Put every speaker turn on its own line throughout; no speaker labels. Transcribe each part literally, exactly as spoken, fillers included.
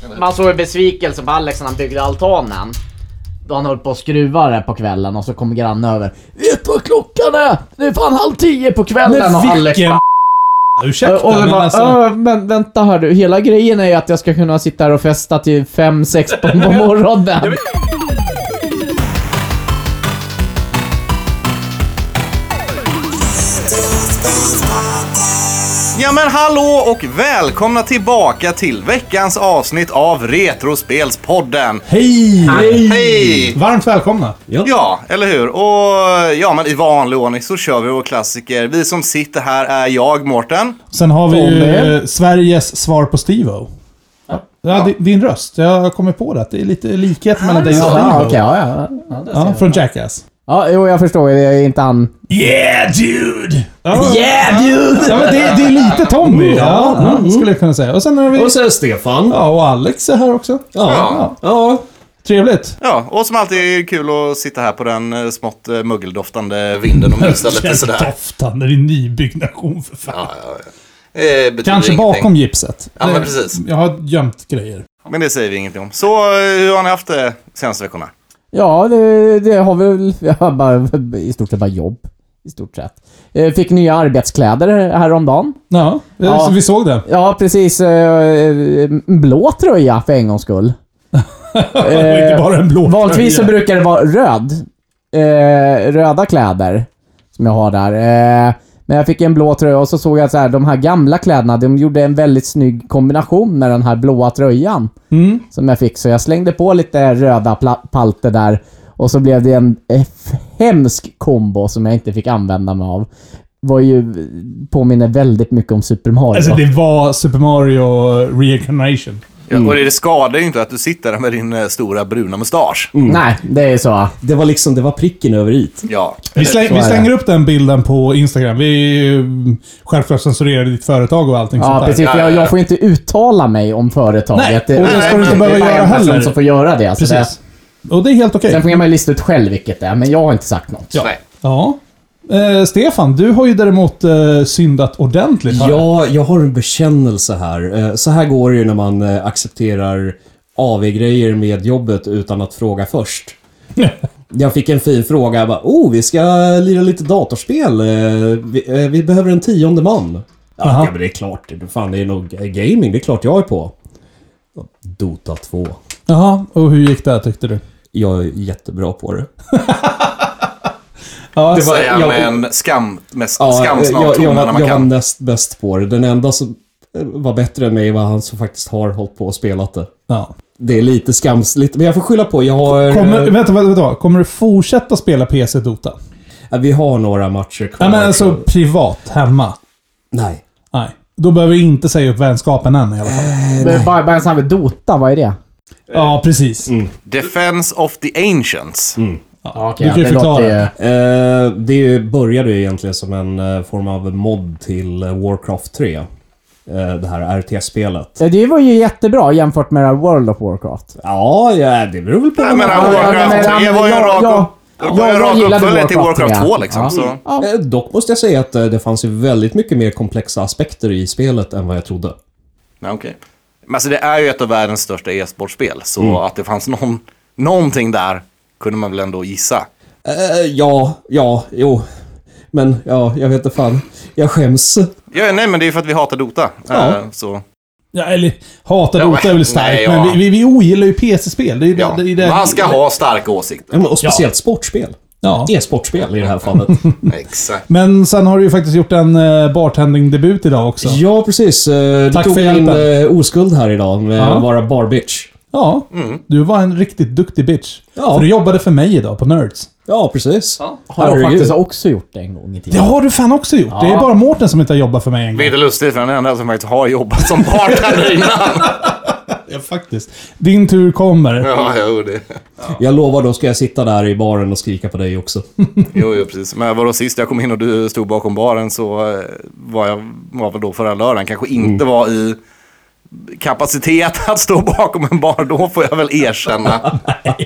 Man såg en besvikelse på Alex när han byggde altanen. Då han höll på att skruva det på kvällen och så kom grannen över. Vet du vad klockan är? Det är fan halv tio på kvällen.
Men
och Alex bara...
Ursäkta,
och
men
bara,
alltså...
men vänta här du. Hela grejen är ju att jag ska kunna sitta här och festa till fem sex på morgonen.
Ja men hallå och välkomna tillbaka till veckans avsnitt av Retrospelspodden.
Hej!
Hej! Hej!
Varmt välkomna.
Ja. ja, eller hur? Och ja, men i vanlig ordning så kör vi vår klassiker. Vi som sitter här är jag, Mårten.
Sen har vi ju
Tommy.
eh, Sveriges svar på Steve-O. Ja, ja. Din, din röst. Jag kommer på det. Det är lite likhet mellan dig och
Ja,
Steve-O.
okej, ja, ja. Ja, det
Ja, från Jackass.
ja, jo, jag förstår. Det är inte han...
Yeah, dude! Ja,
Yeah, dude!
ja, men det, det är lite Tommy. Ja, ja, ja, skulle jag kunna säga. Och sen har vi...
Och sen Stefan.
Ja, och Alex är här också.
Ja.
Ja.
Ja.
Trevligt.
Ja, och som alltid är det kul att sitta här på den eh, smått eh, muggeldoftande vinden och mysa lite sådär.
Doftande, det är nybyggnation för fan.
Ja, ja, ja. Eh, betyder
Kanske
ingenting.
bakom gipset.
Ja, men
Det-
precis.
Jag har gömt grejer.
Men det säger vi ingenting om. Så eh, hur har ni haft det senaste veckorna?
Ja, det, det har väl... Jag har bara, i stort sett bara jobb. I stort sett. Eh, Fick nya arbetskläder häromdagen.
Ja,
Ja.
Så vi såg det.
Ja, precis. eh, En blå tröja för en gångs skull.
Och inte bara en blå
Vanligtvis så
tröja.
brukar det vara röd. Eh, röda kläder. Som jag har där. Eh, men jag fick en blå tröja och så såg jag att så här, de här gamla kläderna, de gjorde en väldigt snygg kombination med den här blåa tröjan.
Mm.
Som jag fick. Så jag slängde på lite röda pla- palter där. Och så blev det en eh, hemsk kombo som jag inte fick använda mig av. Var ju påminner väldigt mycket om Super Mario.
Alltså det var Super Mario Reincarnation.
Ja, och det skadar ju inte att du sitter där med din eh, stora bruna mustasch.
Nej, det är så.
Det var liksom, det var pricken över it.
Ja.
Vi, släng,
Så
vi
är det.
slänger upp den bilden på Instagram. Vi eh, självklart censurerar ditt företag och allting
Ja,
sånt där.
precis. För jag, jag får inte uttala mig om företaget.
Nej, och det ska du inte
det
behöva
är bara
göra
en person
heller.
som får göra det. Alltså
Precis. Och det är helt
det.
okej.
Sen får man ju lista ut själv vilket det är, men jag har inte sagt något.
Ja.
Nej.
Ja. Eh, Stefan, du har ju däremot eh, syndat ordentligt här.
Ja, jag har en bekännelse här. Eh, Så här går det ju när man eh, accepterar A V-grejer med jobbet utan att fråga först. Jag fick en fin fråga. Jag bara, oh, vi ska lira lite datorspel. Eh, Vi, eh, vi behöver en tionde man. Ja,
Aha.
ja, men det är klart. Det- Fan, det är nog gaming. Det är klart jag är på. Dota två.
Jaha, och hur gick det tyckte du?
Jag är jättebra på det.
Ja,
Det
var-
säger han
jag-
med en skam, med
Ja,
skamsnart
jag,
ton
jag,
när
var,
man
jag var
kan.
näst bäst på det. Den enda som var bättre än mig var han som faktiskt har hållit på och spelat det.
ja.
Det är lite skamsligt, men jag får skylla på. Jag har...
Kommer,
eh,
vänta, vänta, vänta. Kommer du fortsätta spela P C Dota?
ja, vi har några matcher kvar.
Nej, men alltså
så-
privat, hemma.
Nej.
Nej. Då behöver vi inte säga upp vänskapen än i alla fall.
Men bara, bara en sån här Dota, vad är det?
Ja, precis.
Mm.
Defense of the Ancients.
Ja,
Du kan ju
det
förklara.
låter ju-
Eh, det började ju egentligen som en eh, form av mod till eh, Warcraft tre. Eh, det här R T S-spelet.
Ja, det var ju jättebra jämfört med World of Warcraft.
Ja, ja, det beror väl på...
Jag menar,
Ja, ja,
Warcraft
men-
tre var ju en
ja,
rak
ja.
det var ju en
jag
rak
gillade
uppföljare till
Warcraft
Warcraft
tre.
två liksom.
Ja.
Så.
Ja.
Eh, dock måste jag säga att eh, det fanns ju väldigt mycket mer komplexa aspekter i spelet än vad jag trodde.
Nej, okej. Men alltså det är ju ett av världens största e-sportspel. Så
Mm.
att det fanns någon, någonting där kunde man väl ändå gissa.
Eh, ja, ja, jo. Men ja, jag vet inte fan. Jag skäms.
Ja, nej, men det är för att vi hatar Dota.
Ja.
Eh, så.
Ja, eller hatar
Ja,
Dota är väl starkt,
nej, ja.
men vi, vi, vi ogillar ju P C-spel. Det är ju
Ja.
det, det, är det.
Man ska ha starka åsikter.
Ja, men, och speciellt sportspel.
Ja.
E-sportspel i det här fallet.
Exakt.
Men sen har du ju faktiskt gjort en uh, bartending-debut idag också.
Ja, precis. Eh, Du
Tack
tog
för
min
hjälpen.
eh, oskuld här idag med
Ja.
att vara barbitch.
Ja, du var en riktigt duktig bitch.
Ja.
För du jobbade för mig idag på Nerds.
Ja, precis.
Har jag
Herregud.
faktiskt också gjort det en gång i
Det
tiden.
har du fan också gjort. Det är bara Mårten som inte har jobbat för mig en gång.
Det är inte lustigt för den enda som faktiskt har jobbat som bartender innan.
Ja, faktiskt. Din tur kommer.
Ja, jo, det.
Jag lovar, då ska jag sitta där i baren och skrika på dig också.
Jo, jo, precis. Men vadå, sist jag kom in och du stod bakom baren så eh, var jag var väl då förra lördagen. Kanske inte var i kapacitet att stå bakom en bar. Då får jag väl erkänna.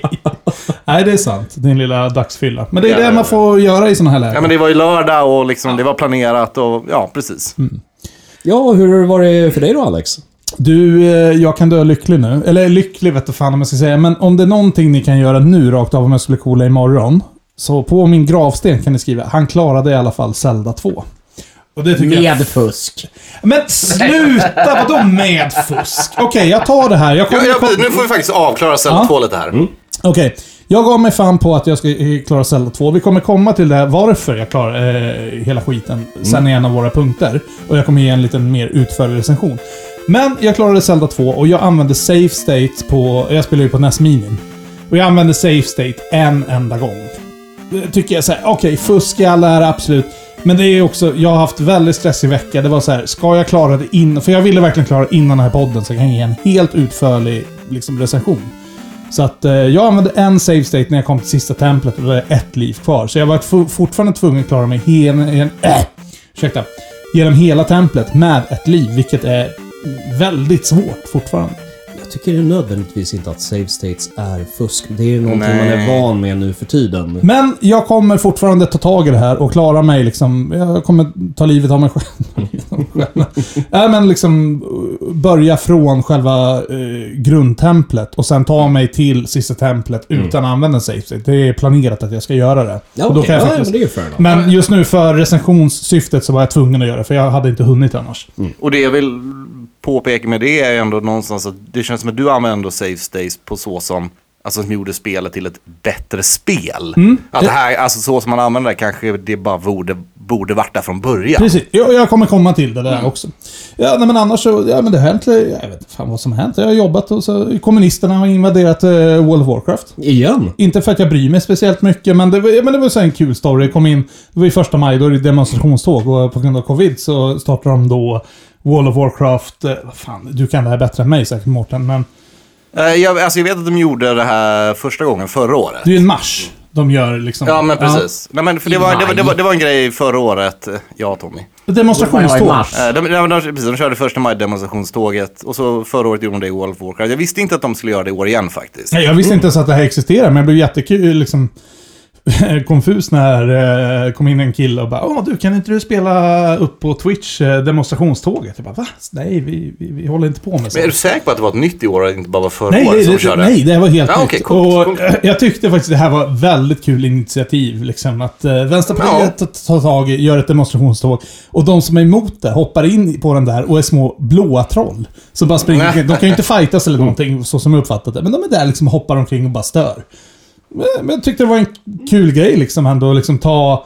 Nej, det är sant. Din lilla dagsfylla. Men det är
Ja,
det
ja,
man
ja.
får göra i såna här lägen.
Ja, men det var ju lördag och liksom, det var planerat och ja, precis.
Ja, hur var det för dig då, Alex?
Du, eh, jag kan dö lycklig nu. Eller lycklig vet du fan om jag ska säga. Men om det är någonting ni kan göra nu rakt av om jag skulle coola imorgon. Så på min gravsten kan ni skriva, han klarade i alla fall Zelda två. Och det tycker
Med
jag...
fusk.
Men sluta, vadå med fusk? Okej, okay, jag tar det här. Jag kommer...
ja, ja, nu får vi faktiskt avklara Zelda
ja.
två lite här. Mm.
Okej, okay. Jag gav mig fan på att jag ska klara Zelda två. Vi kommer komma till det, varför jag klarar eh, hela skiten. Sen mm. är en av våra punkter. Och jag kommer ge en lite mer utförlig recension. Men jag klarade Zelda två och jag använde save states på... Jag spelar ju på N E S Mini. Och jag använde save state en enda gång. Tycker jag så här, okej, okay, fusk i alla är absolut. Men det är också, jag har haft väldigt stressig vecka. Det var så här, ska jag klara det in? För jag ville verkligen klara det innan den här podden så jag kan ge en helt utförlig liksom, recension. Så att eh, jag använde en save state när jag kom till sista templet och det är ett liv kvar. Så jag var f- fortfarande tvungen att klara mig hela, hela, äh, ursäkta, genom hela templet med ett liv, vilket är väldigt svårt fortfarande.
Jag tycker det nödvändigtvis inte att save states är fusk. Det är ju någonting
Nej.
man är van med nu för tiden.
Men jag kommer fortfarande ta tag i det här och klara mig liksom. Jag kommer ta livet av mig själv. Nej, men liksom börja från själva eh, grundtemplet och sen ta mig till sista templet mm. utan att använda save state. Det är planerat att jag ska göra det.
Ja,
och då
okay.
kan jag
ja,
faktiskt...
men, det är fair enough.
men just nu för recensionssyftet så var jag tvungen att göra för jag hade inte hunnit annars.
Mm. Och det jag vill påpeka med det är ändå någonstans att det känns som att du använder save states på så som alltså som gjorde spelet till ett bättre spel. Mm. Att det här, alltså så som man använder det kanske det bara borde, borde varit där från början.
Precis, jag, jag kommer komma till det där
mm.
också. Ja, nej, men annars så, ja men det har hänt, jag vet inte fan vad som har hänt. Jag har jobbat och så kommunisterna har invaderat uh, World of Warcraft.
Igen?
Inte för att jag bryr mig speciellt mycket, men det var, men det var så en kul story. Jag kom in, det var i första maj, då är det demonstrationståg och på grund av covid så startade de då World of Warcraft, uh, vad fan, du kan det här bättre än mig säkert Mårten, men...
Jag, alltså jag vet att de gjorde det här första gången förra året.
Det är en mars de gör liksom.
Ja, men precis. Ja. Nej, men för det, var, det, var, det, var, det var en grej förra året. Ja, Tommy.
Demonstrationståg.
De, de, de, de, precis, de körde första maj demonstrationståget. Och så förra året gjorde de det i World of Warcraft. Jag visste inte att de skulle göra det i år igen faktiskt.
Nej, jag visste inte ens att det här existerar. Men jag blev jättekul liksom... konfus när det eh, kom in en kille och bara åh du, kan inte du spela upp på Twitch eh, demonstrationståget? Jag bara va? Nej, vi, vi, vi håller inte på med så.
Men är du säker på att det var ett nytt i år och inte bara var förra
nej,
året
det,
som
det,
körde?
Nej, det var helt
ja,
nytt.
Okay, coolt,
och
coolt.
Eh, jag tyckte faktiskt det här var väldigt kul initiativ liksom, att eh, Vänsterpartiet ja. tar tag i, gör ett demonstrationståg och de som är emot det hoppar in på den där och är små blåa troll som bara springer. De kan ju inte fightas eller någonting så som jag uppfattat det, men de är där liksom hoppar omkring och bara stör. Men jag tyckte det var en kul grej liksom ändå liksom ta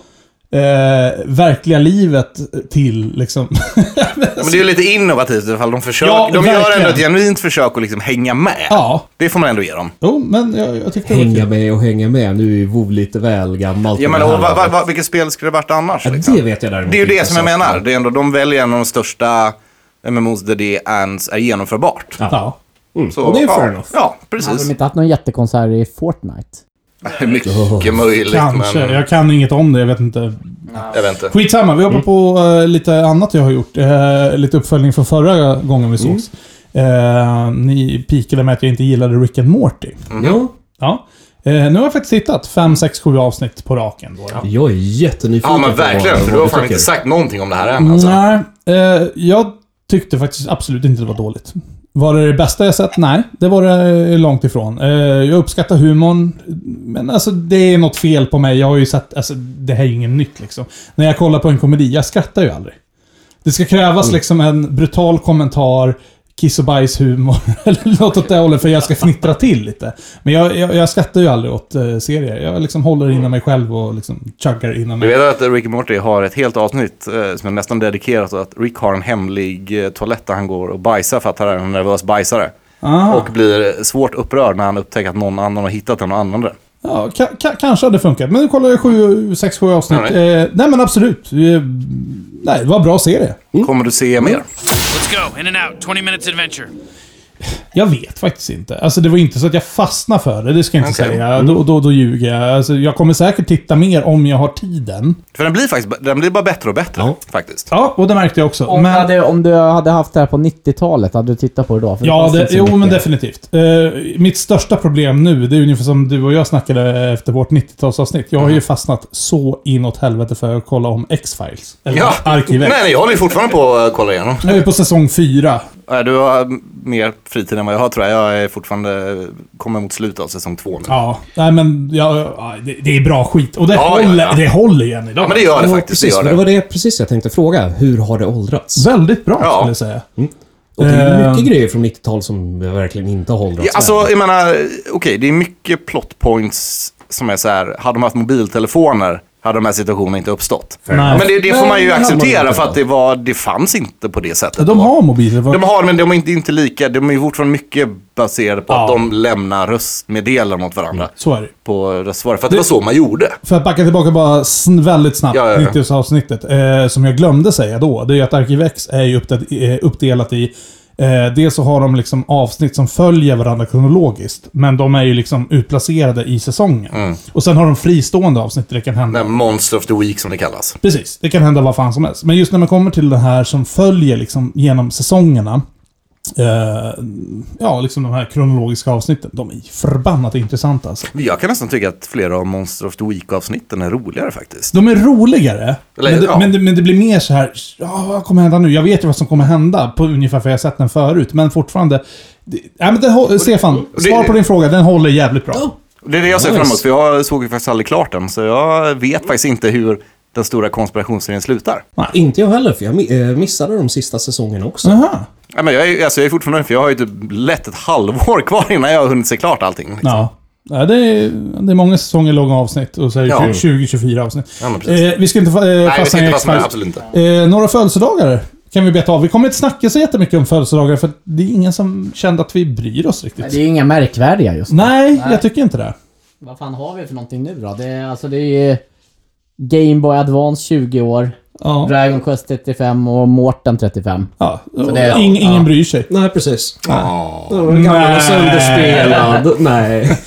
eh, verkliga livet till liksom.
Ja, men det är ju lite innovativt i alla fall. De, försöker,
ja,
de gör ändå ett genuint försök att liksom hänga med.
Ja.
Det får man ändå ge dem.
Jo, men jag, jag tyckte
hänga
det var
med och hänga med. Nu är ju WoW lite väl gammalt.
Ja, men och, va, va, va, vilket spel skulle det varit annars?
Ja,
liksom?
det vet jag däremot.
Det är ju det som jag
sagt.
menar. Det är ändå, de väljer en av de största M M Os där det ens är genomförbart.
Ja. ja.
Mm.
Så,
och det är
ja,
fair enough.
Ja, precis.
Har de inte haft någon jättekonsert i Fortnite?
Mycket oh. möjligt.
Kanske.
Men...
Jag kan inget om det, jag vet inte.
Jag vet inte.
Skitsamma, vi hoppar mm. på uh, lite annat jag har gjort. Uh, lite uppföljning från förra gången vi sågs. Mm. Uh, ni pikade med att jag inte gillade Rick and Morty.
Mm.
Ja.
Ja. Uh, nu har jag faktiskt hittat fem, sex, sju avsnitt på raken. Då, ja.
Jag är jättenyfiken.
Ja, men verkligen. För du har fan inte sagt någonting om det här än. Alltså.
Nej, uh, jag tyckte faktiskt absolut inte det var dåligt. Var det det bästa jag sett? Nej, det var det långt ifrån. Jag uppskattar humorn, men alltså det är något fel på mig. Jag har ju sett, alltså det här är ju ingen nytt liksom. När jag kollar på en komedi, jag skrattar ju aldrig. Det ska krävas mm. liksom en brutal kommentar, kiss och bajs humor eller något åt det hållet för jag ska fnittra till lite. Men jag, jag, jag skrattar ju aldrig åt uh, serier. Jag liksom håller inom mig själv och liksom chuggar inom mig.
Du vet att Rick and Morty har ett helt avsnitt eh, som är nästan dedikerat åt att Rick har en hemlig eh, toalett där han går och bajsar för att han är en nervös bajsare.
Aha.
Och blir svårt upprörd när han upptäcker att någon annan har hittat den och använder det.
Ja, ka- ka- kanske hade funkat. Men nu kollar jag sju, sex, sju avsnitt.
Nej,
nej. Eh, nej men absolut. Eh, nej, det var en bra serie.
Mm. Kommer du se mer?
Let's go. In and out. twenty minutes adventure.
Jag vet faktiskt inte. Alltså det var inte så att jag fastnade för det, det ska jag inte
Okay.
säga. Då, då, då ljuger jag. Alltså, jag kommer säkert titta mer om jag har tiden.
För den blir faktiskt den blir bara bättre och bättre,
Ja.
faktiskt.
Ja, och det märkte jag också.
Om,
men,
du hade, om du hade haft det här på nittiotalet, hade du tittat på det då? För
ja,
fanns
det,
inte så
jo
mycket.
men definitivt. Uh, mitt största problem nu, det är ungefär som du och jag snackade efter vårt nittiotalsavsnitt. Jag har ju fastnat så inåt helvete för att kolla om X-Files. Eller
Ja.
Arkivex.
Nej, nej, jag håller ju fortfarande på att kolla igenom.
Jag är på säsong fyra.
Nej, du har mer fritid än vad jag har, tror jag. Jag är fortfarande kommer mot slutet av säsong två nu.
Ja, nej men ja, ja, det, det är bra skit. Och det,
Ja,
håller,
ja, ja.
det håller igen idag.
Ja, men det gör det
Ja,
faktiskt. Det
precis,
gör
det
det.
var det precis jag tänkte fråga. Hur har det åldrats?
Väldigt bra,
Ja.
skulle jag säga.
Och det är
Eh.
mycket grejer från nittiotal som verkligen inte har åldrats
Ja, alltså,
väl.
jag menar, okej, okay, det är mycket plot points som är så här, hade de haft mobiltelefoner hade de här situationerna inte uppstått.
Nej.
Men det, det får man ju
Nej, det hade man
acceptera
inte.
för att det, var, det fanns inte på det sättet.
De
då.
har mobiler.
De har, men de är inte, inte lika, de är ju fortfarande mycket baserade på
Ja.
att de lämnar röstmeddelanden mot varandra
Så är det.
på röstsvar. För att det var så man gjorde.
För att backa tillbaka bara sn- väldigt snabbt,
Ja, ja, ja.
nittio-avsnittet. Eh, som jag glömde säga då, det är att Arkivex är ju uppde- eh, uppdelat i... Eh, dels så har de liksom avsnitt som följer varandra kronologiskt. Men de är ju liksom utplacerade i säsongen.
Mm.
Och sen har de fristående avsnitt där det kan hända.
Den Monster of the Week som det kallas.
Precis, det kan hända vad fan som helst. Men just när man kommer till det här som följer liksom genom säsongerna. Eh, ja, liksom de här kronologiska avsnitten. De är förbannat intressanta alltså.
Jag kan nästan tycka att flera av Monster of the Week-avsnitten är roligare faktiskt.
De är roligare,
Eller,
men, det,
ja.
men, det, men det blir mer så här. Ja, vad kommer hända nu? Jag vet ju vad som kommer hända på ungefär för jag har sett den förut. Men fortfarande... Det, ja, men det, hå- Stefan,
det-
svar på din fråga. Den håller jävligt bra.
Det är det jag ser
Nice.
fram emot, för jag såg ju faktiskt aldrig klart den. Så jag vet faktiskt inte hur den stora konspirationsserien slutar.
Inte jag heller, för jag mi- eh, missade de sista säsongerna också.
Aha.
Ja, men jag, är, alltså jag är fortfarande för jag har ju typ lätt ett halvår kvar innan jag har hunnit se klart allting. Liksom.
Ja. Ja, det, är, det är många säsonger långa avsnitt. Och så är det
Ja.
tjugo till tjugofyra avsnitt.
Ja, men precis.
Eh, vi ska inte fa- eh,
Nej, vi
fastna
ska
i
inte fastna med det,
X-Files.
absolut inte.
Eh, några födelsedagar kan vi beta av. Vi kommer inte snacka så jättemycket om födelsedagar för det är ingen som kände att vi bryr oss riktigt.
Nej, det är ju inga märkvärdiga just nu.
Nej,
Nej.
jag tycker inte det.
Vad fan har vi för någonting nu då? Det är, alltså det är ju Game Boy Advance tjugo år,
Ja.
Dragon Quest trettiofem och Mårten trettiofem.
Ja.
det är-
Ing, ingen
ja.
bryr sig.
Nej, precis.
Ja.
Det var gammal
Nej.
och sönderspelad. Nej.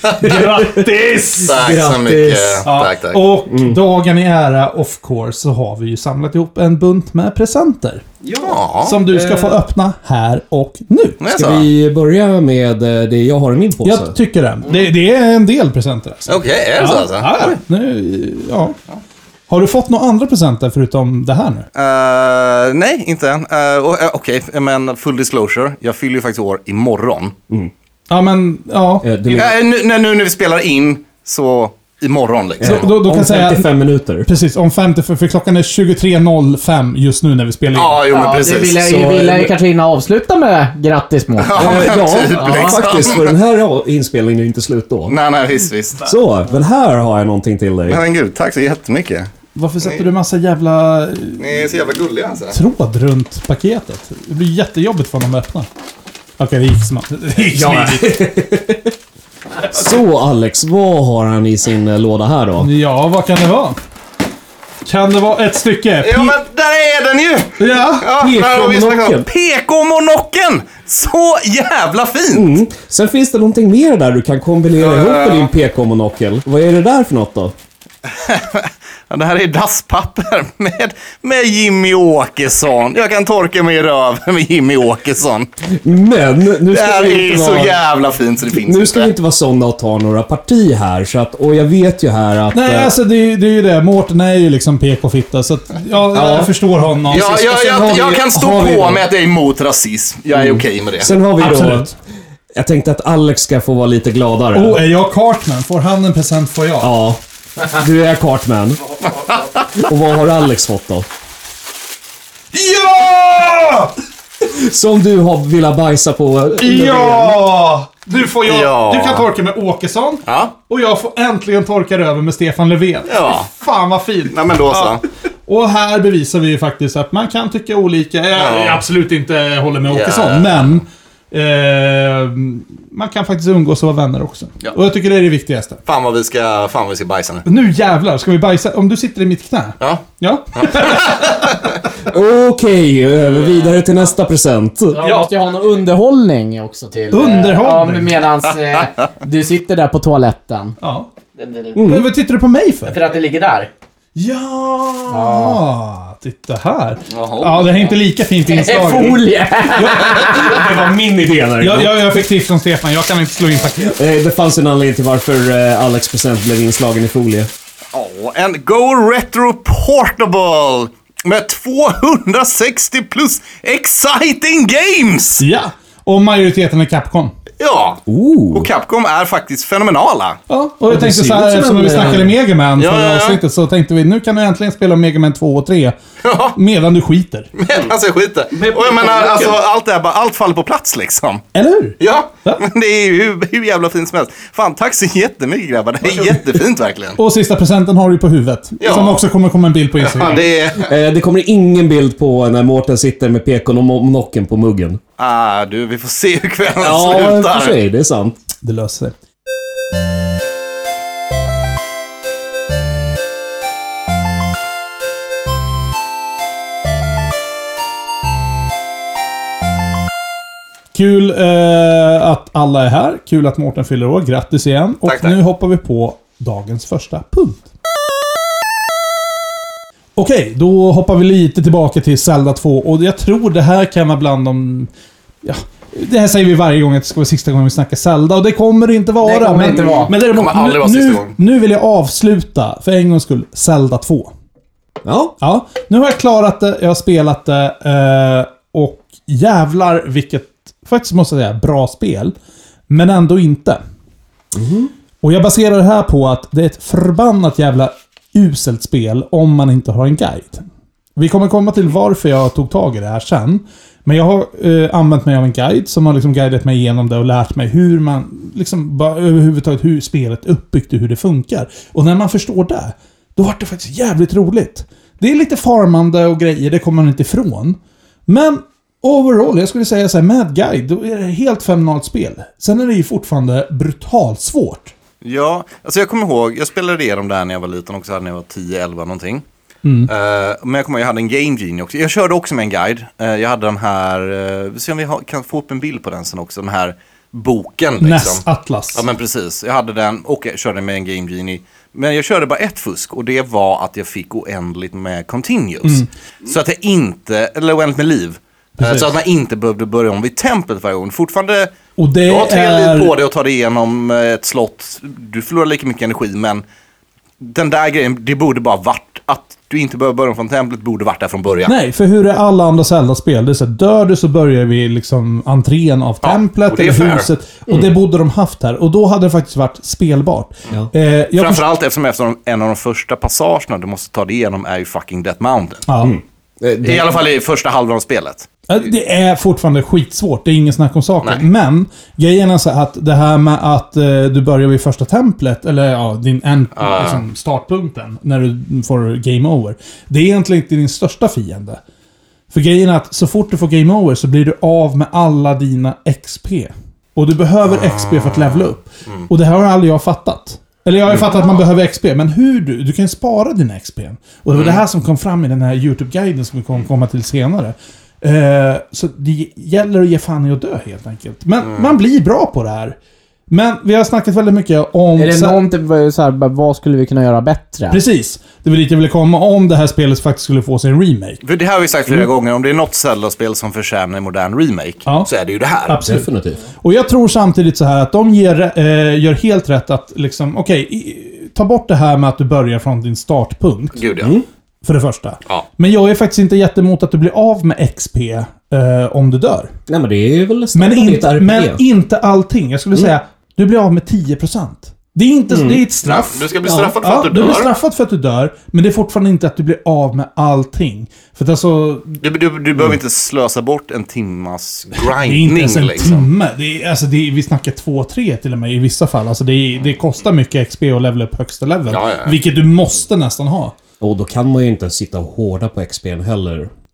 Grattis!
Tack så
Grattis.
mycket.
Ja,
Tack, tack.
och dagen i ära, of course, så har vi ju samlat ihop en bunt med presenter.
Ja.
Som du ska få öppna här och nu.
Nej,
Ska
så.
vi börja med eh, det jag har i min påse?
Jag tycker det. det. Det är en del presenter alltså.
Okej, är det så
Ja,
alltså?
ja, ja. Nu, ja. Har du fått några andra presenter förutom det här nu?
Eh, nej, inte än. Uh, uh, Okej, men full disclosure. Jag fyller ju faktiskt år imorgon.
Ja, men ja.
Eh, det
Uh, nu, när, nu när vi spelar in, så imorgon liksom.
Så, då, då kan
om
säga...
femtiofem minuter.
Precis, om femtio, för, för klockan är tjugotre noll fem just nu när vi spelar in.
Ja, jo men
Ja,
precis.
det vill jag ju
Så-
vill jag ju Katarina avsluta med. Grattis Mårten.
Ja,
Eh,
men
ja,
typ,
ja,
liksom.
faktiskt. För den här inspelningen är inte slut då.
Nej, nej, visst, visst.
Så, men här har jag någonting till dig.
Men gud, tack så jättemycket.
Varför sätter du massa jävla eh,
Ni är så jävla gulliga alltså.
tråd runt paketet? Det blir jättejobbigt för honom att öppna. Okej, det gick snabbt. Det gick smidigt.
Så Alex, vad har han i sin eh, låda här då?
Ja, vad kan det vara? Kan det vara ett stycke?
Ja, men där är den ju!
Ja.
Ja,
P
där har vi snackat om.
K-monocken.
P K-monocken! Så jävla fint!
Mm. Sen finns det någonting mer där du kan kombinera ihop med din P K-monokel. Vad är det där för något då?
Ja, det här är dasspapper med, med Jimmy Åkesson. Jag kan torka mig i röven med Jimmy Åkesson.
Men nu
Det
ska
här
vi
är
inte
så
vara...
jävla fint så det finns
Nu ska vi
inte.
inte vara sådana och ta några parti här, så att, och jag vet ju här att...
Nej,
eh,
alltså det, är- det är ju det. Mårten är ju liksom P K-fitta, så att, ja,
Ja.
jag förstår honom.
Ja,
Så-
jag,
och sen
jag,
har vi-
jag kan stå
har vi
på
då-
med att jag är emot rasism. Jag är okej med det.
Sen har vi då...
Absolut.
Jag tänkte att Alex ska få vara lite gladare.
Oh, är jag Cartman? Får han en present får jag.
Ja. Du är Cartman. Och vad har Alex fått då?
Ja!
Som du har velat bajsa på.
Ja! Du får jag.
Ja.
Du kan torka med Åkesson.
Ja.
Och jag får äntligen torka över med Stefan Löfven.
Ja.
Fan vad fint.
Nej, men då så.
Ja. Och här bevisar vi ju faktiskt att man kan tycka olika. Jag,
Ja.
jag absolut inte håller med
Ja.
Åkesson, men Eh, man kan faktiskt umgås och vara vänner också.
Ja.
Och jag tycker det är det viktigaste.
Fan vad vi ska, fan vad vi ska bajsa nu.
Nu jävlar, ska vi bajsa? Om du sitter i mitt knä?
Ja.
Ja?
Okej, över vidare till nästa present.
Jag måste ju ha någon underhållning också till.
Underhållning?
Ja, medans eh, du sitter där på toaletten.
Ja.
Mm.
Vad tittar du på mig för?
För att det ligger där.
Ja,
Ja.
titta här.
Jaha.
Ja, det är inte lika fint inslag.
Folie!
Det var min idé där.
Jag, jag, jag fick tips från Stefan, jag kan inte slå in paket.
Eh, Det fanns en anledning till varför eh, Alex present blev inslagen i folie.
Ja, en Go Retro Portable med tvåhundrasextio plus exciting games!
Ja, och majoriteten är Capcom.
Ja,
Ooh.
och Capcom är faktiskt fenomenala.
Ja, och jag
det
tänkte
ser
så
ut
här,
som
eftersom
en,
vi snackade
eh,
Mega Man
ja,
förra
ja, ja.
avsnittet, så tänkte vi, nu kan du äntligen spela Mega Man två och tre.
Ja,
Medan du skiter.
medan jag skiter. Och jag menar, alltså, allt, det här, bara, allt faller på plats liksom.
Eller hur?
Ja,
Ja.
men det är ju hur, hur jävla fint som helst. Fan, tack så jättemycket grabbar. Det är jättefint verkligen.
Och sista presenten har du på huvudet.
Ja.
Som också kommer komma en bild på
Ja,
Instagram.
det är...
Eh, Det kommer ingen bild på när Mårten sitter med pekon och mo- nocken på muggen.
Ah, du, vi får se hur kvällen
Ja,
slutar.
för sig, det är sant.
Det löser sig. Kul eh, att alla är här. Kul att Mårten fyller år. Grattis igen. Och
Tack, tack.
nu hoppar vi på dagens första punkt. Okej, då hoppar vi lite tillbaka till Zelda två. Och jag tror det här kan vara bland de... Ja, det här säger vi varje gång att det ska vara sista gången vi snackar Zelda. Och det kommer det inte vara.
Det kommer
men,
inte vara.
Men däremot,
Det kommer aldrig vara
nu,
sista gången.
nu vill jag avsluta, för en gångs skull, Zelda två.
Ja.
Ja, nu har jag klarat det, jag har spelat det eh, och jävlar vilket, faktiskt måste jag säga, bra spel. Men ändå inte. Och jag baserar det här på att det är ett förbannat jävla uselt spel om man inte har en guide. Vi kommer komma till varför jag tog tag i det här sen. Men jag har eh, använt mig av en guide som har liksom guidat mig igenom det och lärt mig hur man, liksom bara överhuvudtaget hur spelet är uppbyggt och hur det funkar. Och när man förstår det, då var det faktiskt jävligt roligt. Det är lite farmande och grejer, det kommer man inte ifrån. Men overall, jag skulle säga så här, med guide, då är det helt fenomenalt spel. Sen är det ju fortfarande brutalt svårt.
Ja, alltså jag kommer ihåg, jag spelade igenom det här när jag var liten också, när jag var tio elva någonting.
Mm.
Uh, men jag kommer ihåg, jag hade en Game Genie också. Jag körde också med en guide. Uh, jag hade den här, uh, vi ser om vi har, kan få upp en bild på den sen också, den här boken liksom.
N E S Atlas.
Ja men precis, jag hade den och jag körde med en Game Genie. Men jag körde bara ett fusk och det var att jag fick oändligt med continues.
Mm.
Så att jag inte, eller oändligt med liv. Uh,
Precis.
så att man inte behövde börja om vid templet varje gång. Fortfarande,
Och det
du har tre
är...
liv på dig att ta dig igenom eh, ett slott. Du förlorar lika mycket energi, men den där grejen, det borde bara varit att du inte behöver börja från templet, borde varit där från början.
Nej, för hur är alla andra Zelda-spel? Det är så att dör du så börjar vi liksom entrén av
Ja,
templet
och det är
eller
fair.
huset. Och det borde de haft här. Och då hade det faktiskt varit spelbart.
Ja.
Eh, jag först-
Framförallt eftersom efter de, en av de första passagerna du måste ta dig igenom är ju fucking Death Mountain.
ja.
Eh, det-
I alla fall i första halvan av spelet.
Ja, det är fortfarande skitsvårt, det är ingen snack om saken.
Nej.
Men grejen är så att det här med att eh, du börjar vid första templet, eller ja, din end,
Ah.
liksom startpunkten, när du får game over. Det är egentligen inte din största fiende. För grejen är att så fort du får game over så blir du av med alla dina X P. Och du behöver X P för att levela upp. Och det här har aldrig jag fattat. Eller jag har ju fattat att man behöver X P, men hur du? Du kan ju spara dina X P. Och det var det här som kom fram i den här YouTube-guiden som vi kommer komma till senare. Eh, så det gäller att ge fan i att dö helt enkelt. Men man blir bra på det här. Men vi har snackat väldigt mycket om...
Är det
så-
någonting så här, bara, vad skulle vi kunna göra bättre?
Precis. Det var dit jag ville komma om det här spelet faktiskt skulle få sig en remake.
För det här har vi sagt flera gånger, om det är något Zelda-spel som förtjänar en modern remake,
Ja.
så är det ju det här.
Absolut.
Definitivt.
Och jag tror samtidigt så här att de ger, eh, gör helt rätt att liksom, okej, i- ta bort det här med att du börjar från din startpunkt.
Gud ja.
För det första.
Ja.
Men jag är faktiskt inte jättemot att du blir av med X P eh, om du dör.
Nej, men det är väl
Men
standard i ett
inte,
R P G.
men inte allting. Jag skulle säga, du blir av med tio procent. Det är inte det är ett straff.
Ja, du ska bli straffad för att du
Du blir
dör.
straffad för att du dör, men det är fortfarande inte att du blir av med allting. För att alltså,
Du, du, du behöver inte slösa bort en timmas
det är inte
grinding
ens en
liksom.
timme. Det är, alltså, det är, vi snackar två, tre till och med i vissa fall. Alltså, det, är, det kostar mycket X P att levela upp högsta level.
Ja, ja, ja.
Vilket du måste nästan ha.
Och då kan man ju inte sitta och hårda på X P heller.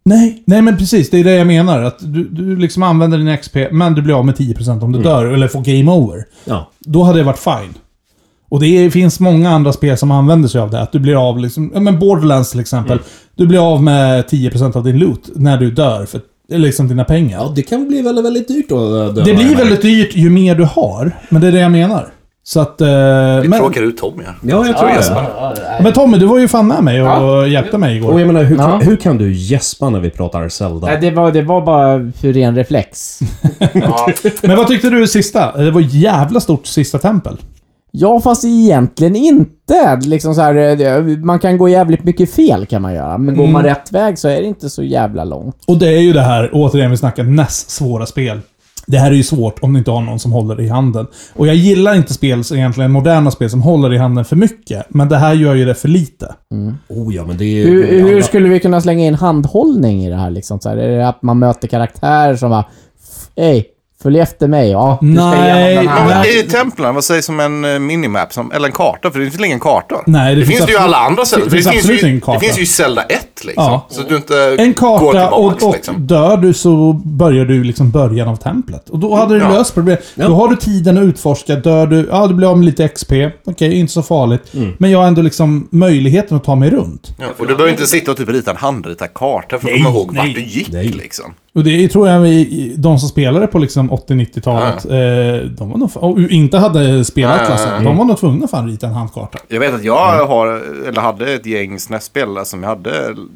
Nej, nej men precis. Det är det jag menar. Att du, du liksom använder din X P, men du blir av med tio procent om du mm. dör eller får game over.
Ja.
Då hade det varit fine. Och det är, finns många andra spel som använder sig av det. Att du blir av, liksom, ja, men Borderlands till exempel. Mm. Du blir av med tio procent av din loot när du dör för liksom dina pengar.
Ja, det kan bli väldigt, väldigt dyrt att dö.
Det blir väldigt dyrt ju mer du har. Men det är det jag menar. Så att... Eh,
det
men,
tråkar ut Tommy här.
Ja, jag tror ja, det.
Ja, ja,
men Tommy, du var ju fan med mig och
ja.
hjälpte mig igår.
Och jag menar, hur,
ja.
kan, hur kan du gäspa när vi pratar Zelda?
Nej, det var, det var bara för ren reflex.
Ja.
Men vad tyckte du sista? Det var jävla stort sista tempel.
Ja, fast egentligen inte. Liksom så här, man kan gå jävligt mycket fel kan man göra. Men går man mm. rätt väg så är det inte så jävla långt.
Och det är ju det här, återigen vi snackar näst svåra spel. Det här är ju svårt om du inte har någon som håller det i handen. Och jag gillar inte spel, så egentligen moderna spel som håller det i handen för mycket. Men det här gör ju det för lite.
Mm.
Oh ja, men det är
hur, hur skulle vi kunna slänga in handhållning i det här liksom? Så här, är det att man möter karaktärer som bara hej, följ efter mig. Ja, du ska
nej,
den här.
Men i templen, vad sägs som en uh, minimap som, eller en karta? För det finns ingen karta.
Nej, det,
det finns, finns ju alla andra Zelda.
Det, det,
det,
finns
finns ju,
det
finns ju Zelda ett liksom.
Ja.
Så du inte
en karta
går tillbaks,
och, och
liksom.
dör du så börjar du liksom början av templet. Och då hade du ja. löst problem. Ja. Då har du tiden att utforska. Dör du, ja du blir av med lite X P. Okej, okay, inte så farligt. Mm. Men jag har ändå liksom möjligheten att ta mig runt.
Ja, och du behöver inte sitta och typ rita en handritad karta för att komma ihåg vart du gick nej. liksom.
Och det tror jag vi, de som spelade på liksom åttio-nittiotalet, ja. eh, de var nog, och inte hade spelat ja, klassen, ja, ja. de var nog tvungna för att rita en handkarta.
Jag vet att jag mm. har, eller hade ett gäng S N E S-spel som jag hade,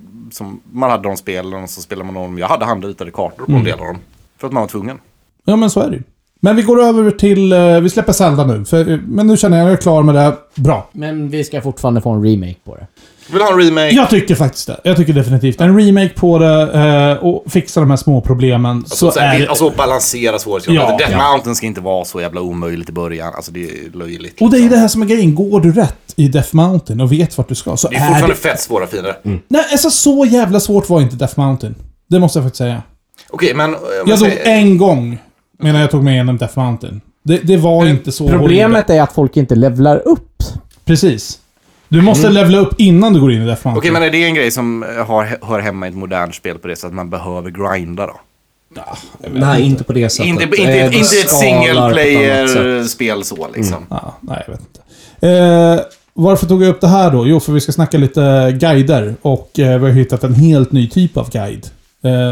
som man hade de spelen och så spelade man dem. Jag hade handritade kartor på mm. en del av dem. För att man var tvungen.
Ja, men så är det ju. Men vi går över till, vi släpper Zelda nu. För, men nu känner jag att jag är klar med det. Bra.
Men vi ska fortfarande få en remake på det.
Vill du ha en remake?
Jag tycker faktiskt det. Jag tycker definitivt. En remake på det eh, och fixa de här små problemen. Alltså,
så så
är...
alltså balansera svårighetsgraden.
Ja,
Death
ja.
Mountain ska inte vara så jävla omöjligt i början. Alltså det är löjligt. Liksom.
Och det är ju det här som är grejen. Går du rätt i Death Mountain och vet vart du ska så
det är fortfarande
är det...
fett svåra fiender. Mm.
Nej, alltså så jävla svårt var inte Death Mountain. Det måste jag faktiskt säga.
Okej, men...
Jag
säger...
tog en gång medan jag tog mig igenom Death Mountain. Det, det var mm. inte så...
Problemet
horribelt.
är att folk inte levlar upp.
Precis. Du måste mm. levla upp innan du går in i Death Mountain.
Okej, men är det en grej som har, hör hemma i ett modernt spel på det sättet att man behöver grinda då?
Ja, nej, inte på det sättet.
Inte, inte, inte, inte ett single player-spel så liksom. Mm.
Ja, nej, jag vet inte. Eh, varför tog jag upp det här då? Jo, för vi ska snacka lite guider. Och eh, vi har hittat en helt ny typ av guide. Eh,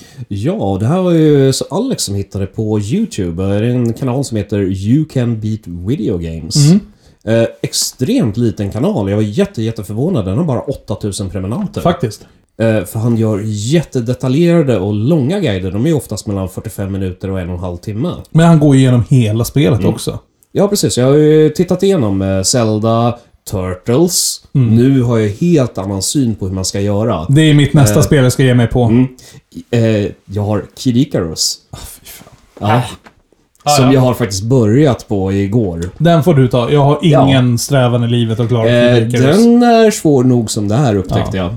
Ja, det här var ju så Alex som hittade på YouTube. Det är en kanal som heter You Can Beat Video Games. Mm. Eh, extremt liten kanal. Jag var jätte, jätteförvånad. Den har bara åtta tusen prenumeranter.
Faktiskt.
Eh, för han gör jättedetaljerade och långa guider. De är oftast mellan fyrtiofem minuter och en och en halv timme.
Men han går igenom hela spelet mm. också.
Ja, precis. Jag har ju tittat igenom eh, Zelda, Turtles. Mm. Nu har jag helt annan syn på hur man ska göra.
Det är mitt nästa eh, spel jag ska ge mig på. Mm.
Eh, jag har Kid Icarus.
Oh, fy fan.
Ja. Ah, som ja. jag har faktiskt börjat på igår.
Den får du ta. Jag har ingen ja. strävan i livet att klara
eh, Kid Icarus. Den är svår nog som det här upptäckte ja. jag.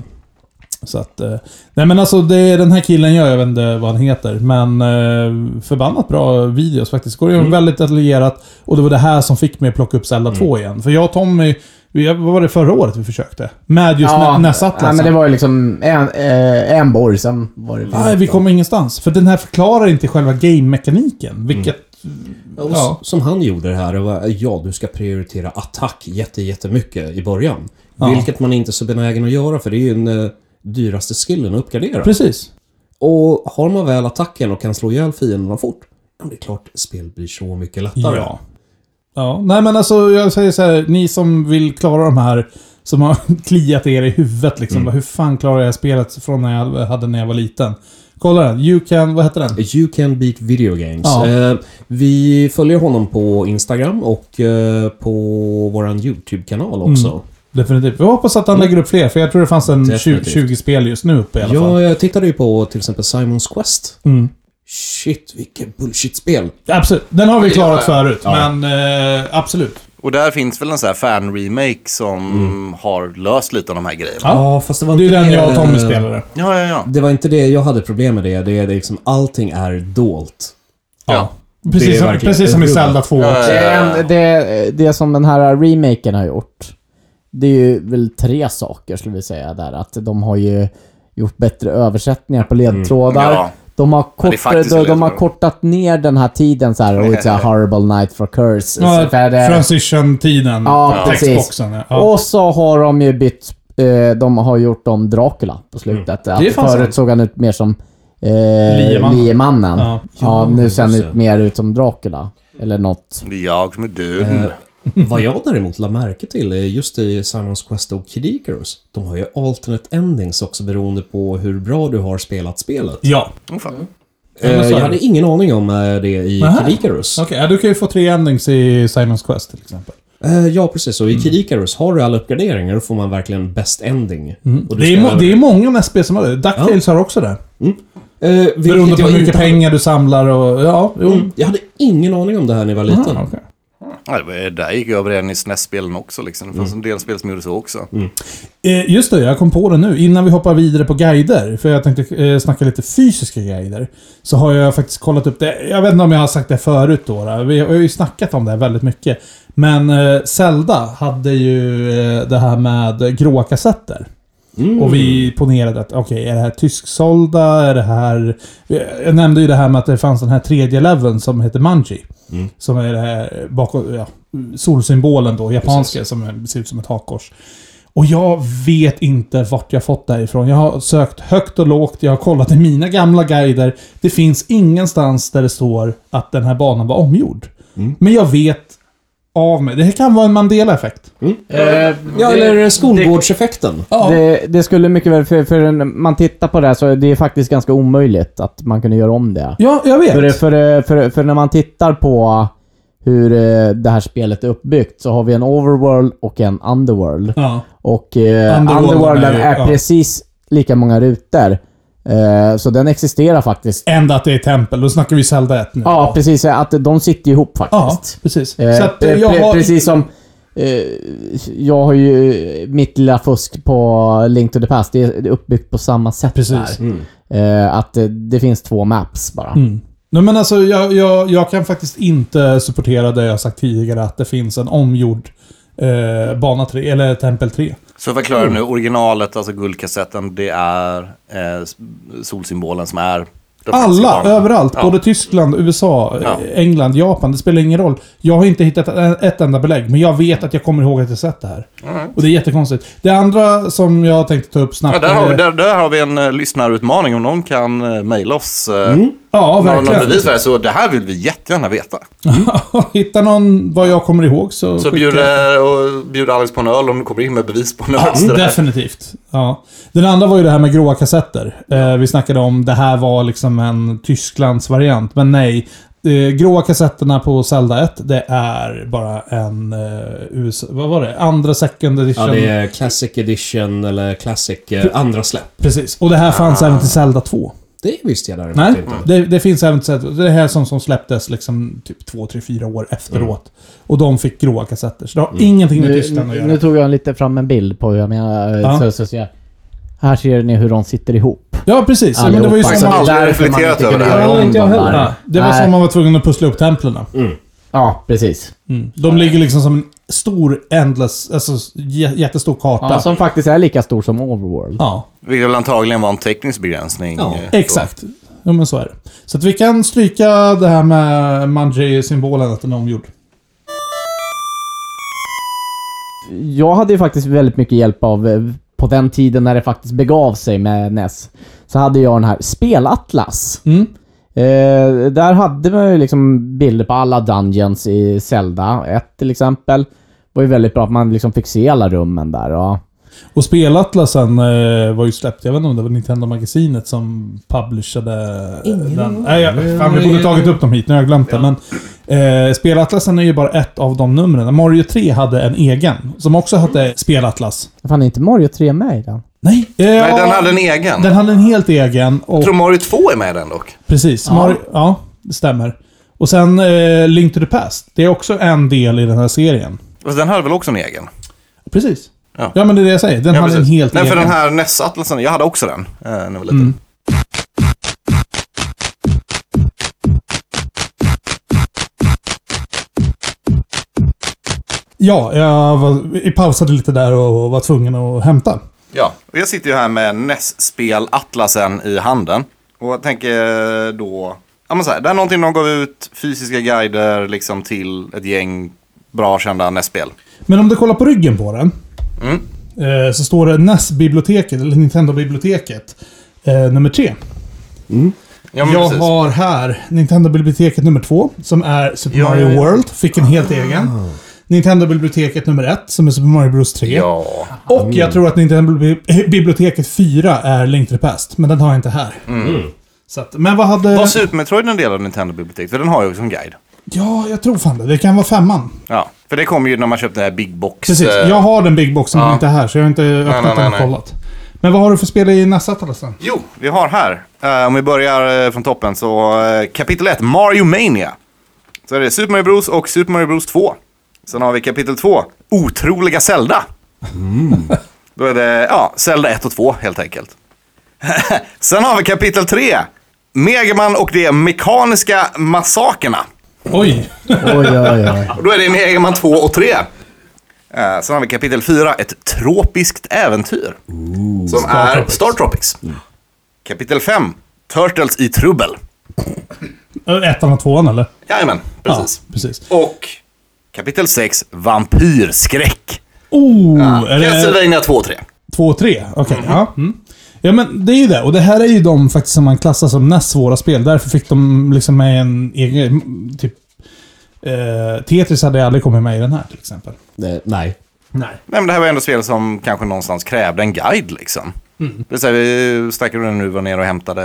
Så att... Eh, nej men alltså, det, den här killen gör, jag vet inte vad han heter. Men eh, förbannat bra videos faktiskt. Går ju mm. väldigt detaljerat. Och det var det här som fick mig att plocka upp Zelda mm. två igen. För jag och Tommy... Vad var det förra året vi försökte? Med just ja, N E S-atlasen.
Ja, men det var ju liksom en, eh, en borg, sen var det...
Nej, vi kom ingenstans. För den här förklarar inte själva game-mekaniken. Vilket... Mm.
Ja, ja. Som han gjorde det här. Det var, ja, du ska prioritera attack jätte, jättemycket i början. Ja. Vilket man inte är så benägen att göra. För det är ju den uh, dyraste skillen att uppgradera.
Precis.
Och har man väl attacken och kan slå ihjäl fienderna fort. Det är klart, spel blir så mycket lättare.
Ja. Ja, nej men alltså jag säger så här, ni som vill klara de här som har kliat er i huvudet liksom, mm. hur fan klarar jag spelet från när jag hade när jag var liten? Kolla den, You Can, vad heter den?
You Can Beat Video Games.
Ja.
Eh, vi följer honom på Instagram och eh, på våran YouTube-kanal också. Mm.
Definitivt. Vi hoppas att han lägger upp fler, för jag tror det fanns en tjugo, tjugo spel just nu uppe i alla
ja,
fall.
Ja, jag tittade ju på till exempel Simons Quest.
Mm.
Shit, vilket bullshit-spel.
Absolut. Den har vi klarat förut, ja. men eh, absolut.
Och där finns väl en sån här fan-remake som mm. har löst lite av de här grejerna.
Ja, fast det var
inte det.
Det
är den jag och Tommy spelade.
Ja, ja, ja.
Det var inte det jag hade problem med det. Det är liksom, allting är dolt.
Ja. ja. Precis, som, precis som i Zelda två.
Ja, ja, ja. Det, det som den här remaken har gjort, det är ju väl tre saker skulle vi säga där. Att de har ju gjort bättre översättningar på ledtrådar.
Mm. Ja.
De har,
Ja, det är
kort,
faktiskt
de,
en
de har
ledtråd.
kortat ner den här tiden så här, och it's a horrible night for curses.
Ja,
För det-
transition-tiden.
Ja, precis.
Textboxen. Ja. Ja.
Och så har de ju bytt, eh, de har gjort om Dracula på slutet. Att
Det är fan
förut
sant.
såg han ut mer som eh,
Liemannen.
Liemannen.
Ja.
Ja, nu ser han
just
ut
det.
mer ut som Dracula. Eller något.
Det är jag som är död.
Eh, vad jag däremot la märke till är just i Simon's Quest och Kid Icarus. De har ju alternate endings också beroende på hur bra du har spelat spelet.
Ja.
Oh, fan.
Ja, men
Eh,
så är
jag
det.
hade ingen aning om eh, det i
Nähä.
Kid Icarus.
Okej, ja, du kan ju få tre endings i Simon's Quest till exempel.
Eh, ja, precis. Och i Kid Icarus har du alla uppgraderingar, då får man verkligen best ending. Och du
Det är,
ska-
må- det är många N E S-spel som har det. DuckTales har också det.
Eh, vilket
Beroende på
jag
hur mycket
inte-
pengar du samlar och... Ja, jo.
Mm. Jag hade ingen aning om det här när jag var liten.
Ah, okej.
Ja, det var- där gick jag över redan i S N E S-spelen också. Liksom. Det fanns en del spel som gjorde så också.
Eh, just det, jag kom på det nu. Innan vi hoppar vidare på guider, för jag tänkte eh, snacka lite fysiska guider, så har jag faktiskt kollat upp det. Jag vet inte om jag har sagt det förut då. då. Vi har ju snackat om det här väldigt mycket. Men eh, Zelda hade ju eh, det här med gråa kassetter.
Mm.
Och vi ponerade att, okej, är det här tysksålda? Är det här... Jag nämnde ju det här med att det fanns den här tredje leveln som heter Manji.
Mm.
Som är det här bakom, ja, solsymbolen då, japanska,
Precis.
som är, ser ut som ett hakkors. Och jag vet inte vart jag fått det ifrån. Jag har sökt högt och lågt, jag har kollat i mina gamla guider. Det finns ingenstans där det står att den här banan var omgjord.
Mm.
Men jag vet av mig. Det här kan vara en Mandela-effekt.
Ja, eller skolgårdseffekten.
Ja.
Det, det skulle mycket väl, för, för när man tittar på det här så är det faktiskt ganska omöjligt att man kunde göra om det.
Ja, jag vet.
För, för, för, för när man tittar på hur eh, det här spelet är uppbyggt så har vi en overworld och en underworld.
Ja.
Och eh,
Underworlden
underworlden
är ju-
är
ja.
precis lika många rutor. Eh, så den existerar faktiskt.
Ända att det är tempel. Då snackar vi Zelda ett nu.
Ja, precis. Att de sitter ihop
Ja,
faktiskt.
precis.
Eh,
Så att eh,
pre-
jag har...
Precis som eh, jag har ju mitt lilla fusk på Link to the Past. Det är uppbyggt på samma sätt
Precis.
där. Eh, att eh, det finns två maps bara.
Mm. Nej, men alltså, jag, jag, jag kan faktiskt inte supportera det jag sagt tidigare, att det finns en omgjord eh, bana tre, eller tempel tre.
Så förklarar du nu, originalet, alltså guldkassetten, det är eh, solsymbolen som är... den faktiska
Alla,
banan.
överallt.
Ja.
Både Tyskland, U S A,
Ja.
eh, England, Japan. Det spelar ingen roll. Jag har inte hittat ett, ett enda belägg, men jag vet att jag kommer ihåg att jag sett det här.
Mm.
Och det är jättekonstigt. Det andra som jag tänkte ta upp snabbt...
Ja, där, har vi,
eh,
där, där har vi en uh, lyssnarutmaning. Om någon kan uh, mejla oss uh,
ja,
någon, någon
verkligen.
bevis för det. Så det här vill vi jättegärna veta.
Hitta någon vad jag kommer ihåg så...
Så
skicka-
bjuder, och bjuder Alex på en öl om du kommer in med bevis på en öl.
Ja,
Så det-
definitivt. Ja. Den andra var ju det här med gråa kassetter. Eh, vi snackade om det här var liksom en Tysklands variant, men nej. Eh, gråa kassetterna på Zelda ett, det är bara en eh, U S A... Vad var det? Andra second edition.
Ja, det är Classic Edition eller Classic eh, andra släpp.
Precis. Och det här fanns även till Zelda två.
Det visste jag däremot
Nej,
inte.
det, det finns även till Zelda. Det här som, som släpptes liksom typ två, tre, fyra år efteråt. Och de fick gråa kassetter. Så det har ingenting med
Nu,
Tyskland att göra.
nu tog jag lite fram en bild på hur jag menar.
Ja.
Så, så, så jag, här ser ni hur de sitter ihop.
Ja, precis. Ja, men det var ju
Allihopa.
som...
Jag har
Så
aldrig
därför man
reflekterat
inte
över
kunde
det här.
göra
Ja,
om
inte jag
dem
heller.
där.
Ja, det var
Nej.
som man var tvungen att pussla upp templen.
Ja, precis.
Mm. De ligger liksom som en stor endless, alltså j- jättestor karta.
Ja, som faktiskt är lika stor som Overworld.
Ja,
Vilket väl antagligen var en teknisk begränsning.
Ja,
eh,
exakt. Ja, men så är det. Så att vi kan stryka det här med Manji-symbolen, att den är omgjord.
Jag hade ju faktiskt väldigt mycket hjälp av, eh, på den tiden när det faktiskt begav sig med N E S. Så hade jag den här Spelatlas.
Mm.
Eh, där hade man ju liksom bilder på alla dungeons i Zelda ett till exempel. Det var ju väldigt bra att man liksom fick se alla rummen där. Och
Och Spelatlasen eh, var ju släppt, jag vet inte om det var Nintendo-magasinet som publicerade den. Nej, jag, fan, vi borde tagit upp dem hit, nu har jag glömt det. Men eh, Spelatlasen är ju bara ett av de numren. Mario tre hade en egen, som också hade Spelatlas.
fan, är inte Mario tre med i den?
Nej, eh,
Nej, den hade en egen.
den hade en helt egen. Och
Jag tror Mario två är med i den dock.
Precis.
Ja.
Mario, ja, det stämmer. Och sen eh, Link to the Past. Det är också en del i den här serien.
Och den hade väl också en egen?
Precis.
Ja.
Ja, men det är det jag säger. Den
Ja,
hade en
precis.
helt
Nej,
egen.
för den här N E S-atlasen, jag hade också den eh, när jag var liten.
Mm. Ja, jag, var, jag pausade lite där och var tvungen att hämta.
Ja, och jag sitter ju här med N E S-spel-atlasen i handen. Och jag tänker då... Ja, men så här, det är någonting de gav ut, fysiska guider liksom till ett gäng bra kända N E S-spel.
Men om du kollar på ryggen på den.
Mm.
Eh, så står det N E S-biblioteket, eller Nintendo-biblioteket. Eh, nummer tre.
Mm.
Ja, men
jag
precis.
har här Nintendo-biblioteket nummer två, som är Super
Ja,
Mario
ja, ja.
World. Fick en helt egen. Nintendo-biblioteket nummer ett, som är Super Mario Bros tre.
Ja.
Och jag tror att Nintendo-biblioteket fyra är Link to the Past. Men den har jag inte här.
Mm.
Så att, men vad hade...
Var Super Metroid en del av Nintendo-biblioteket? För den har ju också en guide.
Ja, jag tror fan det. Det kan vara femman.
Ja, för det kommer ju när man köpte den här Big Box.
Precis.
eh,
Jag har den Big Boxen,
ja.
men inte här. Så jag har inte öppnat
nej,
den och
nej.
kollat. Men vad har du för spel i nästa atlasen?
Jo, vi har här. eh, om vi börjar eh, från toppen så eh, kapitel ett, Mario Mania. Så är det Super Mario Bros och Super Mario Bros två. Sen har vi kapitel två, Otroliga Zelda. Då är det, ja, Zelda ett och två helt enkelt. Sen har vi kapitel tre, Megaman och de mekaniska massakerna.
Oj!
Oj, oj, oj.
Och då är det Megaman två och tre. Eh, sen har vi kapitel fyra, ett tropiskt äventyr. Som
Star
är
Tropics.
Star Tropics. Kapitel fem, Turtles i trubbel.
Ettan och tvåan, eller?
Jajamän, precis.
Ja, precis.
Och kapitel sex, vampyrskräck.
Oh!
Ja,
Är det
Castlevania två och tre.
två och tre? Okej, ja. Mm. Ja, men det är ju det. Och det här är ju de faktiskt som man klassar som näst svåra spel. Därför fick de liksom med en egen... Typ... Eh, Tetris hade aldrig kommit med i den här, till exempel.
Eh, nej.
Nej.
Nej, men det här var ändå spel som kanske någonstans krävde en guide liksom. Mm. Det vill säga, vi snackade nu när vi var nere och hämtade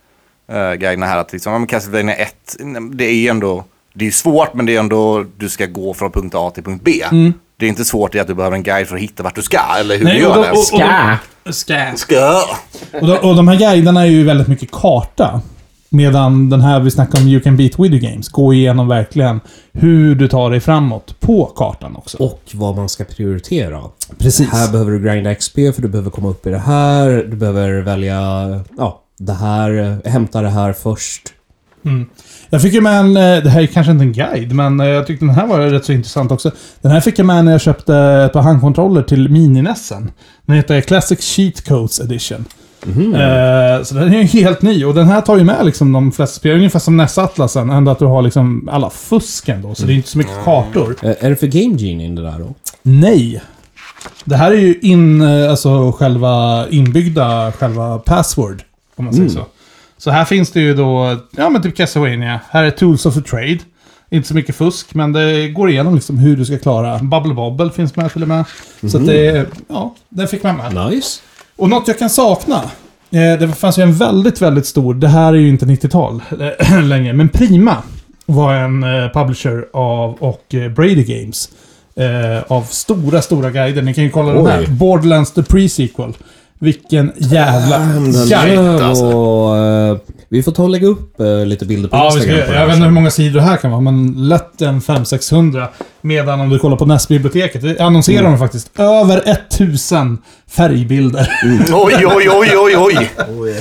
uh, guiderna här. Att liksom, ja, men Castlevania ett, det är ändå... Det är svårt, men det är ändå... Du ska gå från punkt A till punkt B. Mm. Det är inte svårt i att du behöver en guide för att hitta vart du ska, eller hur
Nej,
du gör
och då-
det.
och- och-
Ska.
Ska.
Ska.
Och de, och de här guiderna är ju väldigt mycket karta. Medan den här vi snackar om You Can Beat Video Games går igenom verkligen hur du tar dig framåt på kartan också.
Och vad man ska prioritera.
Precis.
Här behöver du grinda X P för du behöver komma upp i det här. Du behöver välja, ja, det här, hämta det här först.
Mm. Jag fick ju med en, eh, det här är kanske inte en guide, men eh, jag tyckte den här var rätt så intressant också. Den här fick jag med när jag köpte ett par handkontroller till mini-nessen. Den heter Classic Cheat Codes Edition.
Mhm.
Eh, så den är ju helt ny, och den här tar ju med liksom de flesta spel, ungefär som N E S-atlasen, ändå att du har liksom alla fusken då, så det är inte så mycket kartor.
Eh, Är det för Game Genie in det där då?
Nej. Det här är ju in, eh, alltså själva inbyggda, själva password, om man säger så. Så här finns det ju då, ja men typ Castlevania. Här är Tools of the Trade. Inte så mycket fusk, men det går igenom liksom hur du ska klara. Bubble Bobble finns med till och med. Så att det, ja, den fick man med.
Nice.
Och något jag kan sakna. Eh, det fanns ju en väldigt, väldigt stor, det här är ju inte nittiotal eh, längre, men Prima var en eh, publisher av, och eh, Brady Games. Eh, av stora, stora guider. Ni kan ju kolla den här.
Oj.
Borderlands The Pre-Sequel. Vilken jävla
Den
guide.
där
alltså.
var, eh, vi får ta och lägga upp eh, lite bilder på
Ja, vi ska,
Instagram. på det
jag
här
vet inte hur
sen.
många sidor det här kan vara, men lätt en fem sexhundra. Medan om du kollar på N E S-biblioteket, det annonserar de faktiskt över tusen färgbilder.
Oj, oj, oj, oj, oj.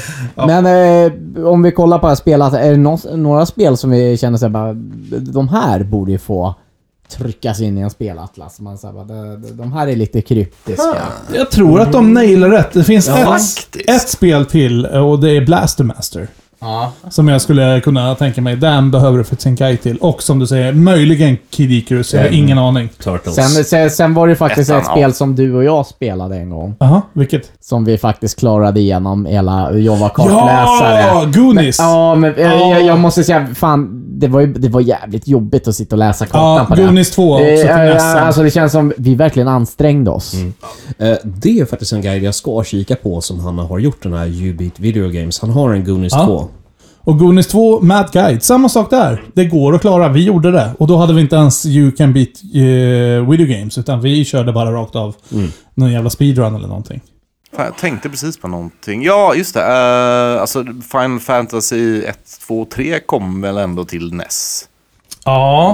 Men eh, om vi kollar på det här spelet, är det nå- några spel som vi känner sig bara, de här borde ju få tryckas in i en spelatlas. Man säger bara, de, de- de här är lite kryptiska.
Jag tror att de nailar rätt. Det finns ett,
faktiskt.
ett spel till, och det är Blaster Master.
Ja.
Som jag skulle kunna tänka mig, den behöver du för sin guide till. Och som du säger, möjligen Kid Icarus, jag har ingen aning.
Turtles.
Sen, sen, sen var det faktiskt
Ettan,
ett
ja.
spel som du och jag spelade en gång.
Jaha, vilket?
Som vi faktiskt klarade igenom hela, jag var kartläsare.
Ja! Goonies!
Ja, men jag,
Ja.
jag, jag måste säga, fan, det var, ju, det var jävligt jobbigt att sitta och läsa kartan
Ja,
på det.
Goonies två också till
Eh,
nästan.
alltså det känns som vi verkligen ansträngde oss.
Eh, det är faktiskt en guide jag ska kika på som han har gjort, den här U-Beat Video Games. Han har en Goonies
Ja.
två.
Och Goonies två, Mad Guide. Samma sak där. Det går att klara. Vi gjorde det. Och då hade vi inte ens You Can Beat uh, Video Games. Utan vi körde bara rakt av
Mm.
någon jävla speedrun eller någonting.
Fan, jag tänkte precis på någonting. Ja, just det. Uh, alltså Final Fantasy ett, två, tre kom väl ändå till N E S.
Ja.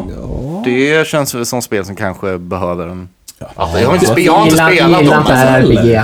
Det känns väl som spel som kanske behöver en... Alltså, jag har inte, spe- jag har inte
Gillar-
spelat
gillar
dem.
inte
Alltså.
R P G.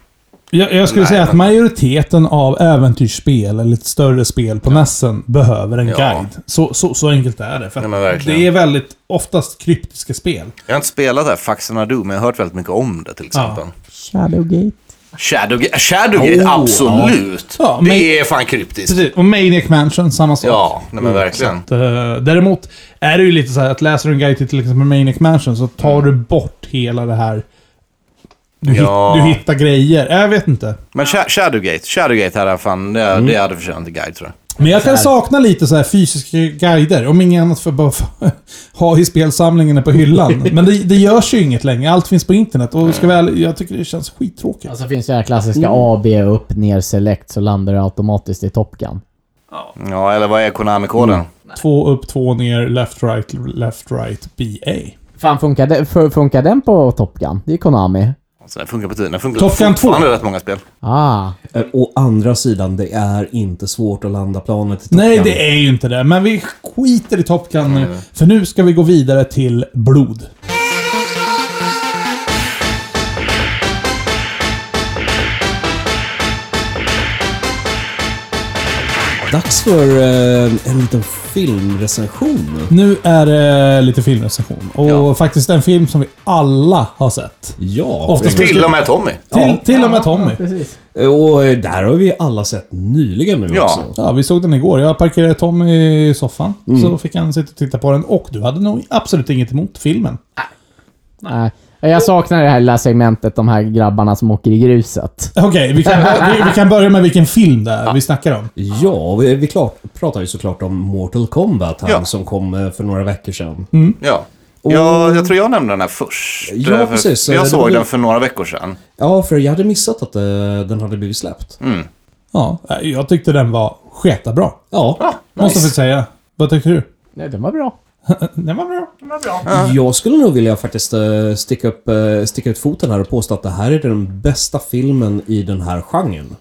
Jag, jag skulle
Nej,
säga att
men-
majoriteten av äventyrsspel, eller lite större spel på Nessen, behöver en
Ja.
guide. Så, så, så enkelt är det. För
Ja, men
att
verkligen.
det är väldigt oftast kryptiska spel.
Jag har inte spelat det här Faxen Ado, men jag har hört väldigt mycket om det till exempel.
Shadowgate.
Shadowgate, Shadowgate
Oh,
absolut.
ja. Ja,
det
men-
är fan kryptiskt.
Precis. Och Maniac Mansion, samma sak.
Ja, nej men verkligen.
Att, eh, däremot är det ju lite så här att läser du en guide till till exempel Maniac Mansion så tar du bort hela det här. Du,
Ja.
hit, du hittar grejer. Jag vet inte.
Men Sh- Shadowgate, Shadowgate hade fan, det, det hade förtjänat en guide tror jag.
Men jag kan sakna lite så här fysiska guider. Om inget annat för bara ha i spelsamlingen på hyllan. Men det, det görs ju inget längre. Allt finns på internet. Och ska väl, jag tycker det känns skittråkigt.
Alltså finns det här klassiska A, B, upp, ner, select så landar det automatiskt i Top Gun.
Ja, eller vad är Konami-koden?
Mm. Två upp, två ner, left, right, left, right, B, A.
Fan, funkar, det, för, funkar den på Top Gun? Det är Konami.
Alltså, den funkar på tiden. Den funkar
Top Gun två.
fortfarande rätt många spel.
Ah.
Eh, Å andra sidan, det är inte svårt att landa planet i Top
Nej,
Gun.
det är ju inte det. Men vi skiter i Top Gun nu. För nu ska vi gå vidare till blod.
Dags för eh, en liten filmrecension.
Nu är det lite filmrecension. Och
Ja.
faktiskt en film som vi alla har sett.
Ja,
Oftast-
Till och med Tommy.
Till, till och med Tommy.
Precis.
och eh, där har vi alla sett nyligen nu
Ja.
också.
Ja, vi såg den igår. Jag parkerade Tommy i soffan. Så fick han sitta och titta på den. Och du hade nog absolut inget emot filmen.
Nej. Jag saknar det här lilla segmentet, de här grabbarna som åker i gruset.
Okej, vi, kan, vi, vi kan börja med vilken film det är vi snackar om.
Ja, vi, vi klart, pratar ju såklart om Mortal Kombat här
Ja.
som kom eh, för några veckor sedan.
Ja. Jag, jag tror jag nämnde den här först.
Ja,
För-
precis.
för Jag
Det
såg
var ju-
den för några veckor sedan.
Ja, för jag hade missat att eh, den hade blivit släppt.
Mm.
Ja, jag tyckte den var sketa bra.
Ja,
Ah,
Måste
nice.
jag säga. Vad tycker du?
Nej, den var bra.
Den var bra.
jag skulle nog vilja faktiskt eh, sticka, upp, eh, sticka ut foten här och påstå att det här är den bästa filmen i den här genren.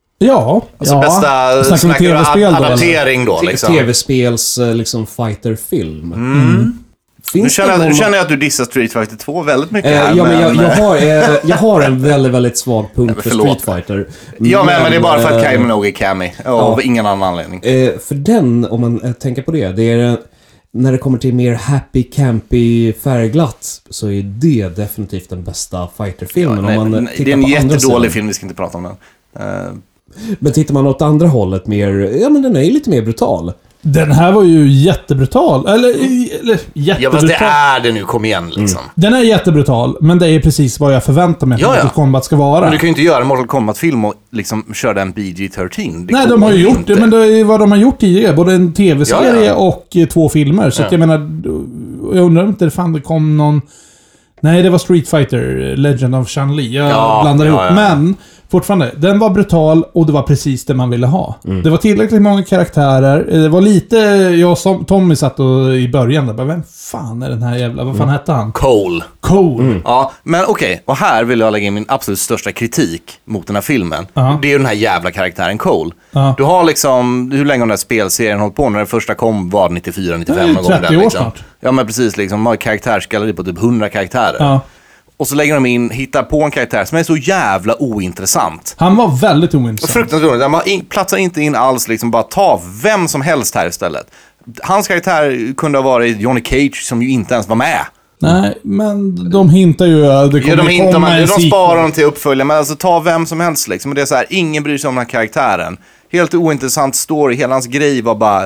Ja.
Alltså
Ja.
bästa
Snackar vi
snackar du
tv-spel då,
ad- adaptering då, liksom.
Tv-spels eh, liksom fighterfilm.
Mm. Nu
Finns
känner,
det
jag, nu
någon...
känner jag att du dissar Street Fighter två väldigt mycket
Eh,
här.
ja, men jag, jag,
eh,
har, eh, jag har en väldigt, väldigt svag punkt
men
för
förlåt.
Street Fighter.
Ja, men, men det är bara för att
eh,
Kylie Minogue är Cammy. Av ingen annan anledning.
Eh, för den, om man eh, tänker på det, det är eh, när det kommer till mer happy, campy, färgglatt så är det definitivt den bästa fighterfilmen.
Nej,
om man eh,
nej,
tittar
det är en
på andra
jättedålig
sidan.
film, vi ska inte prata om den. Eh,
Men tittar man åt andra hållet mer, ja men den är ju lite mer brutal.
Den här var ju jättebrutal. Eller, eller
ja, fast
jättebrutal.
det är det nu, kom igen liksom.
Den är jättebrutal, men det är precis vad jag förväntar mig att
Ja, ja.
Mortal Kombat ska vara.
Men du kan ju inte göra en Mortal Kombat-film och liksom köra en B G tretton. Det
Nej,
går
de har ju gjort
inte.
det, men det är vad de har gjort tidigare. Både en tv-serie
Ja, ja.
och eh, två filmer. Så att
Ja.
jag menar, jag undrar om inte det fan det kom någon... Nej, det var Street Fighter, Legend of Chun-Li. Jag
Ja,
blandar
ja,
ihop.
ja.
Men fortfarande, den var brutal och det var precis det man ville ha. Det var tillräckligt många karaktärer. Det var lite... Jag som Tommy satt och, i början där bara, vem fan är den här jävla... Vad fan hette han?
Cole.
Cole.
Ja, men okej. Och här vill jag lägga in min absolut största kritik mot den här filmen.
Ja.
Det är ju den här jävla karaktären Cole.
Ja.
Du har liksom, hur länge har den här spelserien hållit på? När den första kom var nittiofyra nittiofem
Det är
någon gång.
trettio
där,
år
liksom.
snart.
Ja, men precis. Liksom, de har karaktärsgalleri på typ hundra karaktärer.
Ja.
Och så lägger de in, hittar på en karaktär som är så jävla ointressant.
Han var väldigt
Och
ointressant.
fruktansvärt roligt. Man in, platsar inte in alls, liksom bara ta vem som helst här istället. Hans karaktär kunde ha varit Johnny Cage som ju inte ens var med.
Nej, men de hintar ju att det kommer
Ja, de hintar,
komma
man,
en
de
sequel.
sparar dem till uppfölja, men alltså ta vem som helst liksom. Och det är så här, ingen bryr sig om den här karaktären. Helt ointressant story, hela hans grej var bara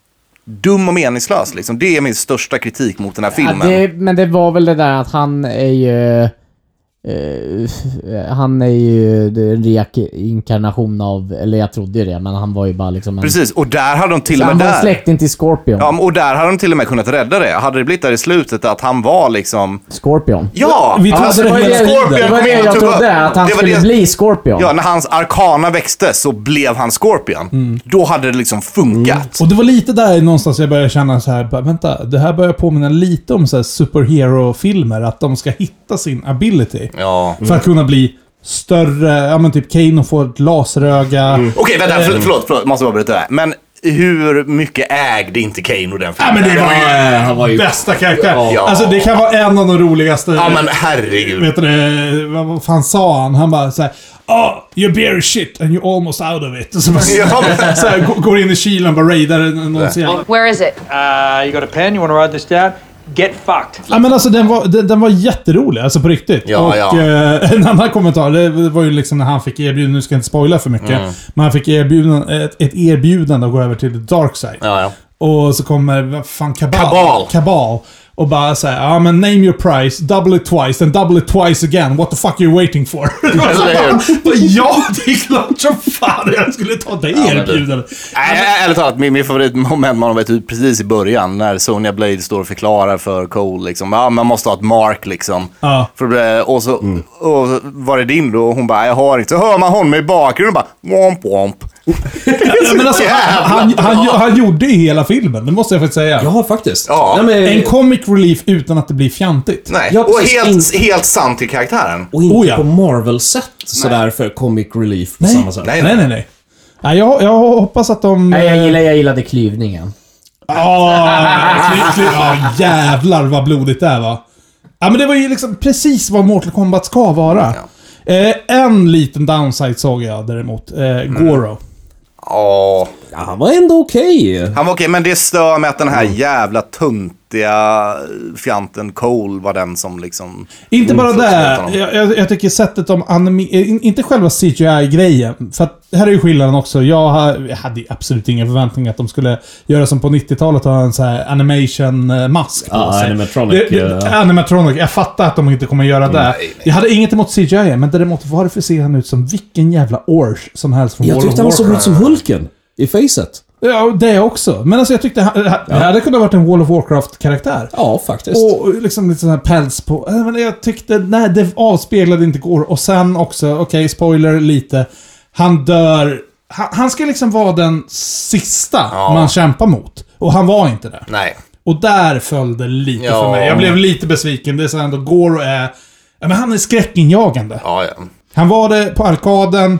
dum och meningslös liksom. Det är min största kritik mot den här filmen.
Ja, det, men det var väl det där att han är ju... eh, han är ju en reinkarnation av... Eller jag trodde ju det, men han var ju bara liksom en...
Precis, och där hade de till och
han
med
var
där...
släkting till Scorpion.
Ja, och där hade de till och med kunnat rädda det. Hade det blivit där i slutet att han var liksom...
Scorpion.
Ja!
Vi
Ja,
trodde
alltså,
det var
hela
det,
Scorpion
det, var
kom
det
in och
jag
tog
trodde,
upp.
att han
Det var
skulle
det-
bli Scorpion.
Ja, när hans arkana växte så blev han Scorpion. Då hade det liksom funkat.
Och det var lite där någonstans jag började känna så här, bara, vänta, det här börjar påminna lite om så här superhero-filmer, att de ska hitta sin ability.
Ja.
För att kunna bli större, ja men typ Kano får ett laseröga.
Okej, vänta, för, förlåt, förlåt, måste bara bryta det här. Men hur mycket ägde inte Kano den
Ja
filmen?
men det var ju
Ja, han var ju...
bästa karaktär.
Ja.
Alltså det kan vara en av de roligaste.
Ja, men herregud.
Vet du det, vad vad fan sa han? Han bara såhär, oh, you're bare shit and you're almost out of it. Så, bara,
Ja, men-
så här, går- går in i kylen och bara raidar någon scen.
Where is it?
Uh, you got a pen? You want to write this down?
Get fucked.
Ja, men alltså den var, den, den var jätterolig, alltså på riktigt.
Ja,
och
ja.
Eh, en annan kommentar, det var ju liksom när han fick erbjudande, nu ska jag inte spoila för mycket,
Mm.
men han fick erbjudande, ett, ett erbjudande att gå över till the dark side.
Ja, ja.
Och så kommer, vad fan, Kabal.
Kabal.
Kabal. Och bara säger, ja men name your price, double it twice, then double it twice again. What the fuck are you waiting for?
Eller hur?
Ja, det är klart som fan jag skulle ta det erbjudandet.
Nej, ärligt talat, min, min favoritmoment man vet ut precis i början när Sonya Blade står och förklarar för Cole liksom, ja man måste ha ett mark liksom.
Ja.
För, och så mm. och så var det din då och hon bara, jag har inte. Så hör man honom i bakgrunden och bara, womp womp.
Ja, men alltså, han, han, han, han gjorde ju hela filmen, det måste jag faktiskt säga.
Ja, faktiskt.
Ja.
Nej, men,
En comic relief utan att det blir fjantigt.
Nej,
Ja,
och
precis.
helt, helt sant till karaktären.
och inte
Oh, ja.
på Marvel-sätt sådär för comic relief på
Nej.
samma sätt.
Nej,
Nej, nej, nej. Nej, jag, jag hoppas att de...
Nej, jag, gillar, jag gillade klyvningen.
Ja, kly- kly- ja, jävlar vad blodigt det är, va? Ja, men det var ju liksom precis vad Mortal Kombat ska vara. Eh, en liten downside såg jag däremot. Eh, Goro.
Ja,
Ja, han var ändå okej.
han var okej, men det stör med att den här jävla tuntiga fjanten Cole var den som liksom...
Inte bara
Mm,
det.
honom.
Jag, jag, jag tycker sättet om anime... eh, Inte själva C G I-grejen. För att här är ju skillnaden också. Jag, har, jag hade absolut ingen förväntning att de skulle göra som på nittiotalet och ha en så här animation-mask på
Ja,
sig.
animatronic,
Det, det,
ja.
animatronic. Jag fattar att de inte kommer göra det.
nej.
Jag hade inget emot C G I, men däremot varför ser han ut som vilken jävla Orch som helst från
Jag
World
tyckte
of
han såg ut
Warcraft.
som Hulken i facet.
Ja, det också. Men alltså jag tyckte han, det hade kunnat varit en World of Warcraft-karaktär.
Ja, faktiskt.
Och liksom lite sån här päls på... äh, Men jag tyckte, nej, det avspeglade inte går. Och sen också, okej, okay, spoiler lite. Han dör... Han, han ska liksom vara den sista
Ja.
man kämpar mot. Och han var inte det.
Nej.
Och där föll det lite
Ja.
för mig. Jag blev lite besviken. Det är så ändå Goro är... Ja, men han är skräckinjagande.
Ja, ja.
Han var det på arkaden.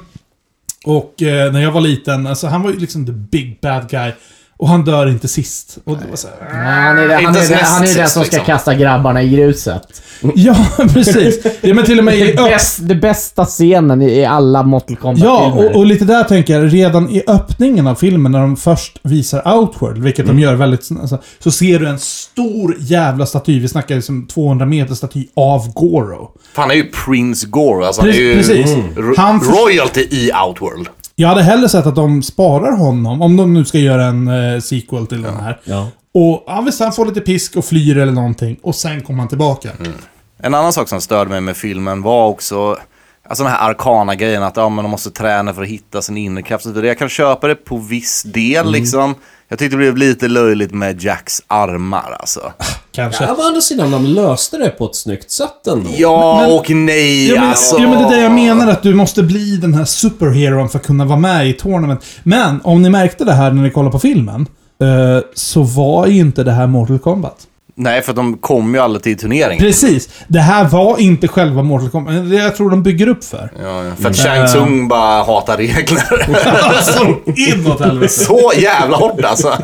Och eh, när jag var liten, alltså han var ju liksom the big bad guy. Och han dör inte sist. Och det var så här,
Ja, han är, det, han,
Inte
är, det,
näst
han är den
sist,
som ska
liksom.
kasta grabbarna i gruset.
ja, precis. Ja, men till och med i
Det, bäst, det bästa scenen i, i alla Mortal
Ja,
Kombat-filmer.
och, och lite där tänker jag, redan i öppningen av filmen när de först visar Outworld, vilket de gör väldigt snabbt, alltså, så ser du en stor jävla staty, vi snackar liksom tvåhundra meter staty av Goro.
Han är ju Prince Goro, alltså han är ju
Precis.
ro-
Han för-
royalty i Outworld.
Jag hade hellre sett att de sparar honom, om de nu ska göra en eh, sequel till den här.
Ja.
Och ja, visst, han får lite pisk och flyr eller någonting, och sen kommer han tillbaka.
En annan sak som störde mig med filmen var också alltså den här arkana grejen att ja, men de måste träna för att hitta sin inre kraft. Jag kan köpa det på viss del liksom. Jag tyckte det blev lite löjligt med Jacks armar alltså.
Kanske.
Ja, å andra sidan, de löste det på ett snyggt sätt ändå.
Ja
Men-
och nej
Ja men,
alltså.
ja men det är det jag menar, att du måste bli den här superheron för att kunna vara med i tournament. Men om ni märkte det här när ni kollade på filmen, eh, så var ju inte det här Mortal Kombat.
Nej, för de kom ju aldrig till turneringen.
Precis. Det här var inte själva Mortal Kombat. Det jag tror de bygger upp för.
Ja, ja. För att Shang Tsung bara hatar regler.
Alltså, inåt helvete.
Så jävla hårt alltså.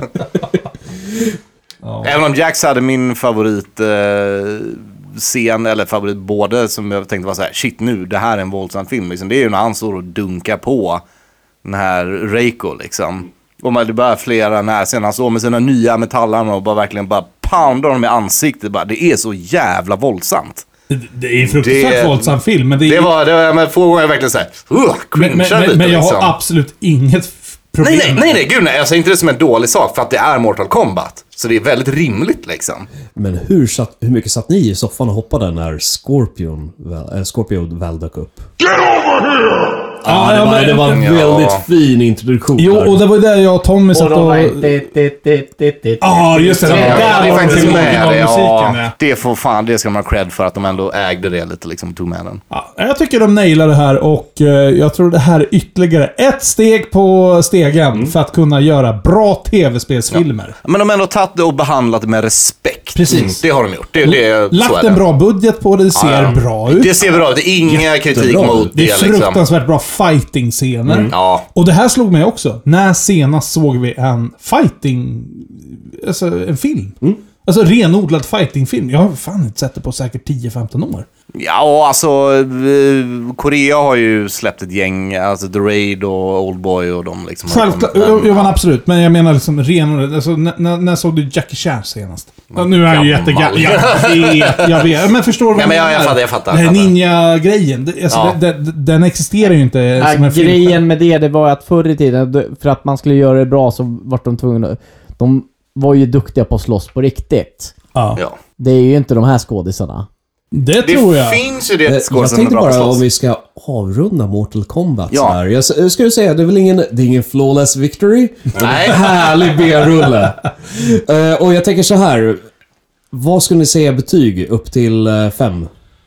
Ja.
Även om Jax hade min favorit eh, scen, eller favorit både, som jag tänkte var så här: shit nu, det här är en våldsam film liksom. Det är ju när han står och dunkar på den här Reiko liksom. Och man, det bara flera närscener. Han står med sina nya metallarna och bara verkligen bara poundar dem i ansiktet. Bara, det är så jävla våldsamt.
Det, det är en fruktansvärt
Det-
våldsam film, men det är...
Det var, det var men få gånger jag verkligen såhär, uh,
men, men,
cringear
men,
lite
men jag
liksom.
har absolut inget f- problem.
Nej, nej, nej, nej, gud nej. Jag säger inte det som en dålig sak för att det är Mortal Kombat. Så det är väldigt rimligt liksom.
Men hur, satt, hur mycket satt ni i soffan och hoppade när Scorpion väl, äh, Scorpio väl dök upp? Ja, det
ja,
var,
men-
det var en
Ja.
väldigt fin introduktion.
Jo,
där.
och det var ju där jag och Tommy
Och
satt
de
och...
bara... dit, dit, dit, dit, dit.
Ja, just det.
Ja,
Där
Ja, det
var
är
det
faktiskt
till
med det.
musiken,
Ja,
ja.
det får fan, det ska man ha cred för att de ändå ägde det lite liksom, tog med den.
Ja, jag tycker de nailar det här och eh, jag tror det här är ytterligare ett steg på stegen för att kunna göra bra tv-spelsfilmer.
Men de har ändå tagit det och behandlat det med respekt.
Precis.
Det har de gjort. Det, det, så
Lagt
är
en
det.
bra budget på det, det ser
Ja, ja.
bra ut.
Det ser bra ut. Det är inga kritik
Jättebra.
mot
Det
det,
är
liksom.
fruktansvärt bra fighting-scener.
Ja.
Och det här slog mig också. När senast såg vi en fighting... Alltså en film. Alltså renodlad fighting-film. Jag har fan inte sett det på säkert tio femton år.
Ja, alltså Korea har ju släppt ett gäng, alltså The Raid och Oldboy och de liksom.
Självklart,
men,
ja, absolut. Men jag menar liksom ren, alltså, när, när såg du Jackie Chan senast? Ja, nu är han ju jättegammal. Jag vet, jag vet. Men förstår du vad
ja, men jag, jag fattar, jag fattar.
Den här ninja-grejen, det, alltså,
ja.
det, det, den existerar ju inte
ja,
som en film.
Grejen med det, det var att förr i tiden, för att man skulle göra det bra så var de tvungna. De var ju duktiga på att slåss på riktigt.
Ja.
Ja.
Det är ju inte de här skådisarna.
Det,
det
tror jag.
finns ju det
Jag
skål som är
tänkte
bra
bara
på
om
slåss.
vi ska avrunda Mortal Kombat
Ja.
så här. Jag, jag skulle säga, det är väl ingen, det är ingen flawless victory.
Nej.
Härlig B-rulle. uh, och jag tänker så här. Vad skulle ni säga betyg upp till uh, fem?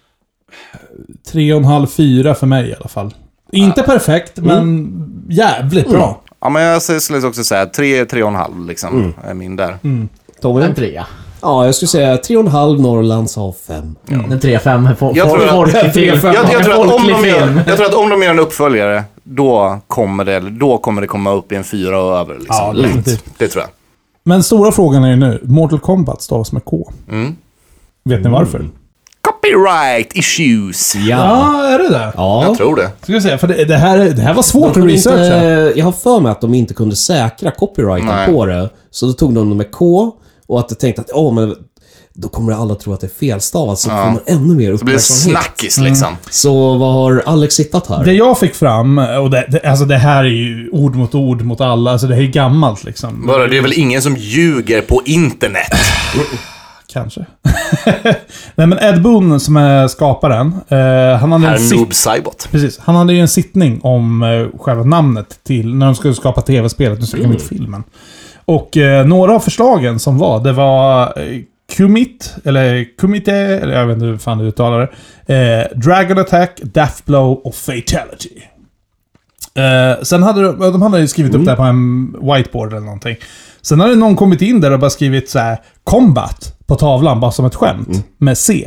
Tre och en halv, fyra för mig i alla fall. Inte perfekt,
Mm.
men jävligt bra.
Ja, men jag skulle också säga tre, tre och en halv liksom.
Mm.
Är min där.
Tommy?
En trea.
Ja, jag skulle säga tre och en halv Norrlands av fem.
En tre fem. For,
Jag
for,
tror att-
folklig film.
Jag, jag, tror att om
Folklig
de
film.
gör, jag tror att om de gör en uppföljare, då kommer det, då kommer det komma upp i en fyra och över. Liksom.
Ja,
Lätt.
definitivt.
Det tror jag.
Men stora frågan är ju nu, Mortal Kombat stavas med K.
Mm.
Vet ni varför?
Copyright issues.
Ja.
Ja, är det det?
Ja.
Jag tror det.
Ska vi säga, för det, det, här, det här var
De
svårt att
kunde
researcha.
inte, jag har för mig att de inte kunde säkra copyrighten
Nej.
på det. Så då tog de det med K. Och att de tänkte att åh, men då kommer alla tro att det är felstavat. Så
Ja.
får man ännu mer
Så blir det
uppmärksamhet.
snackis liksom.
Så vad har Alex hittat här?
Det jag fick fram, och det, det, alltså det här är ju ord mot ord mot alla, alltså det här är gammalt liksom.
Bara, det är väl ingen som ljuger på internet?
Kanske. Nej men Ed Boon som är skaparen, eh, han hade en
Herr
sitt-
Noob Saibot.
Precis. Han hade ju en sittning om eh, själva namnet till när de skulle skapa tv-spelet. Nu snackar vi inte filmen. Och eh, några av förslagen som var, det var eh, Kumit, eller Kumite, eller jag vet inte hur fan du uttalar det. Eh, Dragon Attack, Death Blow och Fatality. Eh, sen hade de, de hade ju skrivit upp det här på en whiteboard eller någonting. Sen hade någon kommit in där och bara skrivit så här Combat på tavlan, bara som ett skämt. Med C.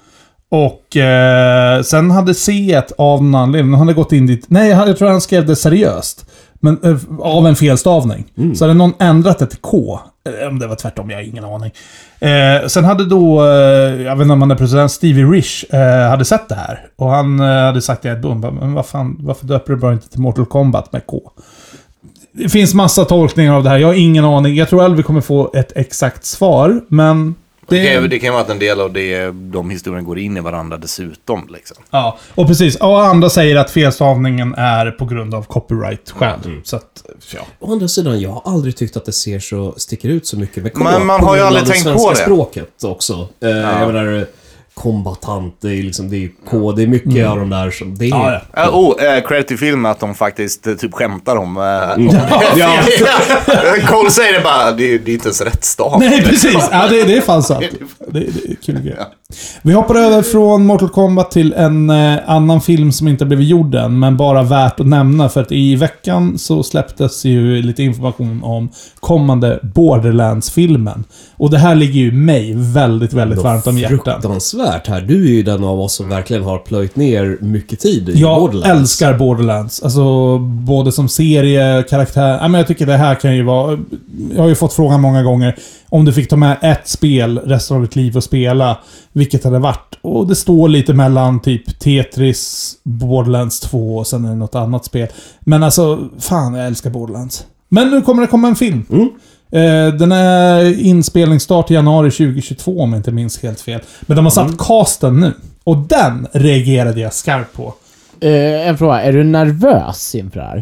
Och eh, sen hade C av någon anledning, han hade gått in dit. Nej, jag tror han skrev det seriöst. Men eh, av en felstavning. Så hade någon ändrat det till K. Eh, Om det var tvärtom, jag har ingen aning. Eh, sen hade då, eh, jag vet inte om han är president, Stevie Rich eh, hade sett det här. Och han eh, hade sagt till Ed Boon, men vad fan, varför döper du bara inte till Mortal Kombat med K? Det finns massa tolkningar av det här, jag har ingen aning. Jag tror aldrig vi kommer få ett exakt svar, men...
Det
Det,
kan, det kan vara att en del av det, de historierna går in i varandra dessutom. Liksom.
ja, och precis. Och andra säger att felstavningen är på grund av copyright-skäl. Så att, ja.
Å andra sidan, jag har aldrig tyckt att det ser så, sticker ut så mycket med K.
Men man
på
har ju
grund av
aldrig
det
tänkt
svenska
på det.
språket också. Eh, Jag menar, kombatant, det är liksom, det är K, det är mycket av de där som, det är...
Ja, ja.
Uh, oh, uh, credit till filmen att de faktiskt uh, typ skämtar om... Uh,
Ja.
Cole säger det bara, det, är- det är inte ens rätt stav.
Nej, precis. Ja, det, det är fan sant. Det, det är kul grej. Vi hoppar över från Mortal Kombat till en eh, annan film som inte blivit gjord än, men bara värt att nämna för att i veckan så släpptes ju lite information om kommande Borderlands-filmen. Och det här ligger ju mig väldigt, väldigt varmt om hjärtat.
Fruktansvärt här. Du är ju den av oss som verkligen har plöjt ner mycket tid i
Jag
Borderlands.
älskar Borderlands. Alltså, både som serie, karaktär. Ja, men jag tycker det här kan ju vara... Jag har ju fått frågan många gånger. Om du fick ta med ett spel resten av ditt liv och spela, vilket hade det varit? Och det står lite mellan typ Tetris, Borderlands två och sen är det något annat spel. Men alltså, fan, jag älskar Borderlands. Men nu kommer det komma en film.
Mm.
Eh, den är inspelningsstart i januari tjugohundratjugotvå om jag inte minns helt fel. Men de har satt casten nu. Och den reagerade jag skarpt på.
Eh, en fråga, är du nervös inför det här?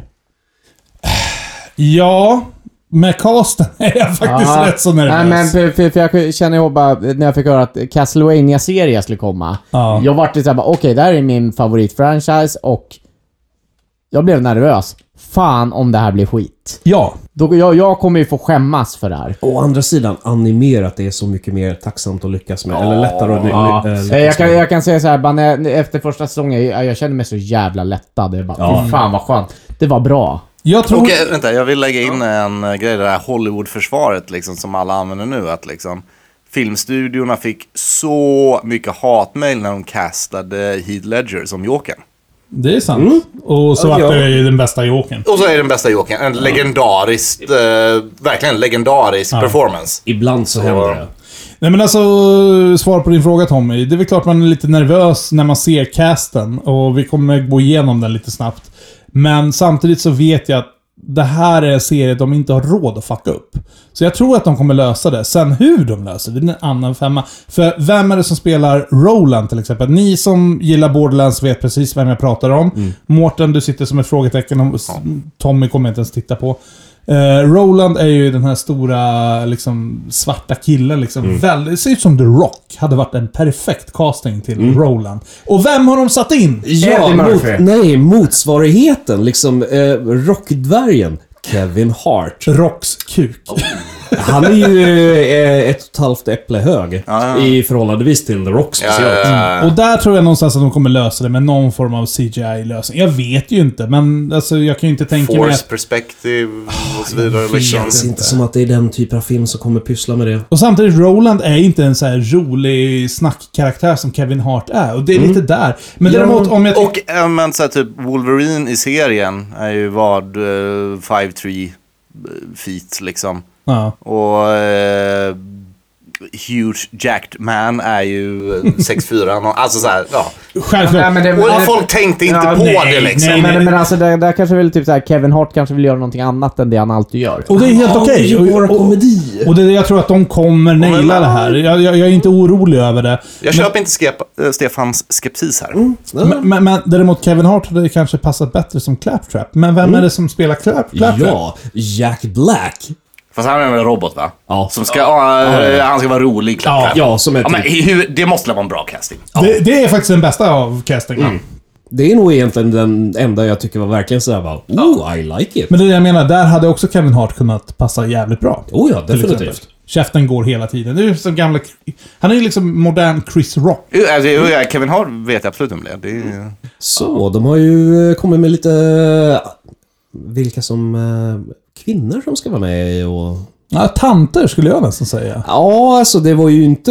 Ja, med casten är jag faktiskt
Ja.
rätt så nervös.
Nej, men för, för, för jag känner ju bara, när jag fick höra att Castlevania-serien skulle komma.
Ja.
Jag vart lite såhär, okej, okay, det här är min favoritfranchise och jag blev nervös. Fan om det här blir skit.
Ja.
Då, jag, jag kommer ju få skämmas för det här.
Å andra sidan, animerat är så mycket mer tacksamt att lyckas med. Eller lättare att
Ja.
ly- äh, lyckas
Eh, jag, kan,
med.
jag kan säga så här, bara när, efter första säsongen, jag, jag kände mig så jävla lättad. Det bara,
Ja.
fy fan vad skönt. Det var bra.
Jag tror...
Okej, vänta, jag vill lägga in en uh, grej, det här Hollywood-försvaret liksom, som alla använder nu. Att liksom, filmstudiorna fick så mycket hatmail när de castade Heath Ledger som Jokern.
Det är sant. Och så
Ja,
vart
ja.
det ju den bästa Jokern.
Och så är den bästa Jokern. En legendarisk, uh, verkligen legendarisk
Ja.
performance.
Ibland så händer det.
Nej men alltså, svar på din fråga Tommy. Det är väl klart man är lite nervös när man ser casten. Och vi kommer gå igenom den lite snabbt. Men samtidigt så vet jag att det här är en serie de inte har råd att fucka upp. Så jag tror att de kommer lösa det. Sen hur de löser det, det är en annan femma. För vem är det som spelar Roland till exempel? Ni som gillar Borderlands vet precis vem jag pratar om. Mm. Mårten, du sitter som ett frågetecken. Och Tommy kommer inte ens titta på. Uh, Roland är ju den här stora liksom, svarta killen liksom. Mm. Väldigt, ser ut som The Rock. Hade varit en perfekt casting till mm. Roland. Och vem har de satt in?
Ja, mot, nej, motsvarigheten liksom uh, rockdvärgen Kevin Hart.
Rocks kuk.
Han är ju eh, ett och ett halvt äpple hög
ja, ja.
i förhållandevis till The Rock speciellt.
Ja, ja, ja.
Och där tror jag någonstans att de kommer lösa det med någon form av C G I-lösning. Jag vet ju inte, men alltså, jag kan ju inte tänka mig
Force
att...
perspective och så vidare.
Det känns inte som att det är den typen av film som kommer pyssla med det.
Och samtidigt, Roland är inte en så här rolig snackkaraktär som Kevin Hart är. Och det är mm. lite där. Men
ja.
däremot om jag...
Och äh, men, så här, typ Wolverine i serien är ju vad uh, five three feet liksom.
Ja.
Och uh, Huge Jacked Man är ju sex fyra. Alltså så här, ja.
Självklart.
Ja, men det,
och
men,
folk tänkte inte
ja,
på
nej,
det liksom.
Nej, men, men alltså där, där kanske väl typ så här, Kevin Hart kanske vill göra någonting annat än det han alltid gör.
Och det är helt
oh,
okej.
Okay.
Och, och,
komedi.
och det, jag tror att de kommer naila det här. Jag, jag, jag är inte orolig över det.
Jag
men,
köper inte skep, äh, Stefans skeptis här.
Mm. Men, men, men däremot Kevin Hart hade kanske passat bättre som Claptrap. Men vem mm. är det som spelar Clap, Claptrap?
Ja, Jack Black.
Fast han är en robot va?
Ja.
Som ska, ja. äh, han ska vara rolig.
Ja,
ja, som
ja, men hur, det måste vara en bra casting.
Ja. Det, det är faktiskt den bästa av castingen. Mm.
Det är nog egentligen den enda jag tycker var verkligen sådär bara, oh, ja. I like it.
Men det är det jag menar, där hade också Kevin Hart kunnat passa jävligt bra.
Oh ja, definitivt.
Käften går hela tiden. Det är ju som gamla... Han är ju liksom modern Chris Rock.
Alltså, Kevin Hart vet absolut om det. det är...
Så, de har ju kommit med lite... Vilka som... Kvinnor som ska vara med och...
Ja, tanter skulle jag nästan säga.
Ja, alltså det var ju inte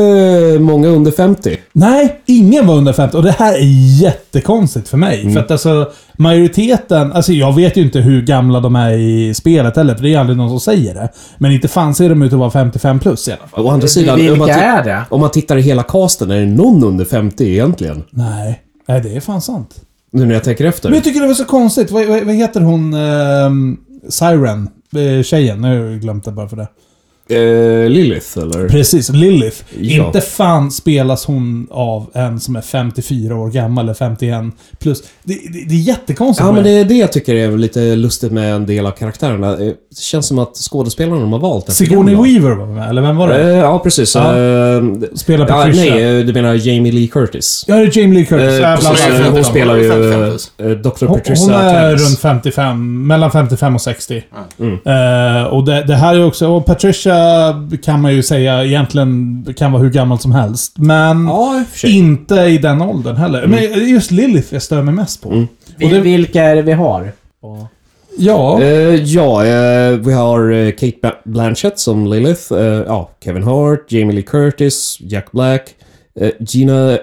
många under femtio.
Nej, ingen var under femtio. Och det här är jättekonstigt för mig. Mm. För att alltså, majoriteten... Alltså jag vet ju inte hur gamla de är i spelet heller. För det är aldrig någon som säger det. Men inte fan ser de ut att vara femtiofem plus i alla fall.
Å andra sidan,
vilka
om man,
är det?
Om man tittar i hela casten, är det någon under femtio egentligen?
Nej, Nej det är fan sant.
Nu när jag tänker efter.
Men jag tycker det var så konstigt. Vad, vad, vad heter hon? Um, Siren. Tjejen, nu har jag glömt det bara för det.
Eh, Lilith, eller?
Precis, Lilith.
Ja.
Inte fan spelas hon av en som är femtiofyra år gammal eller femtioen plus. Det, det, det är jättekonstigt.
Ja, men det är det jag tycker är lite lustigt med en del av karaktärerna. Det känns som att skådespelarna de har valt är
Sigourney Weaver var med, eller vem var det?
Eh, ja, precis.
Ja.
Uh,
spelar Patricia.
Ja, nej, du menar Jamie Lee Curtis.
Ja, det är Jamie Lee Curtis.
Eh, precis,
bland
hon
hon
spelar ju
femtiofem.
uh, doktor
Hon,
Patricia
hon är
Clemens.
runt femtiofem, mellan femtiofem och sextio.
Mm.
Uh, och det, det här är också... Och Patricia kan man ju säga egentligen kan vara hur gammal som helst. Men
Ja,
inte i den åldern heller.
Mm.
Men just Lilith jag stör mig mest på.
Mm.
Och det,
Vilka är det vi har?
ja.
Uh, ja, uh, vi har uh, Kate Blanchett som Lilith. Uh, ja, Kevin Hart, Jamie Lee Curtis, Jack Black, uh, Gina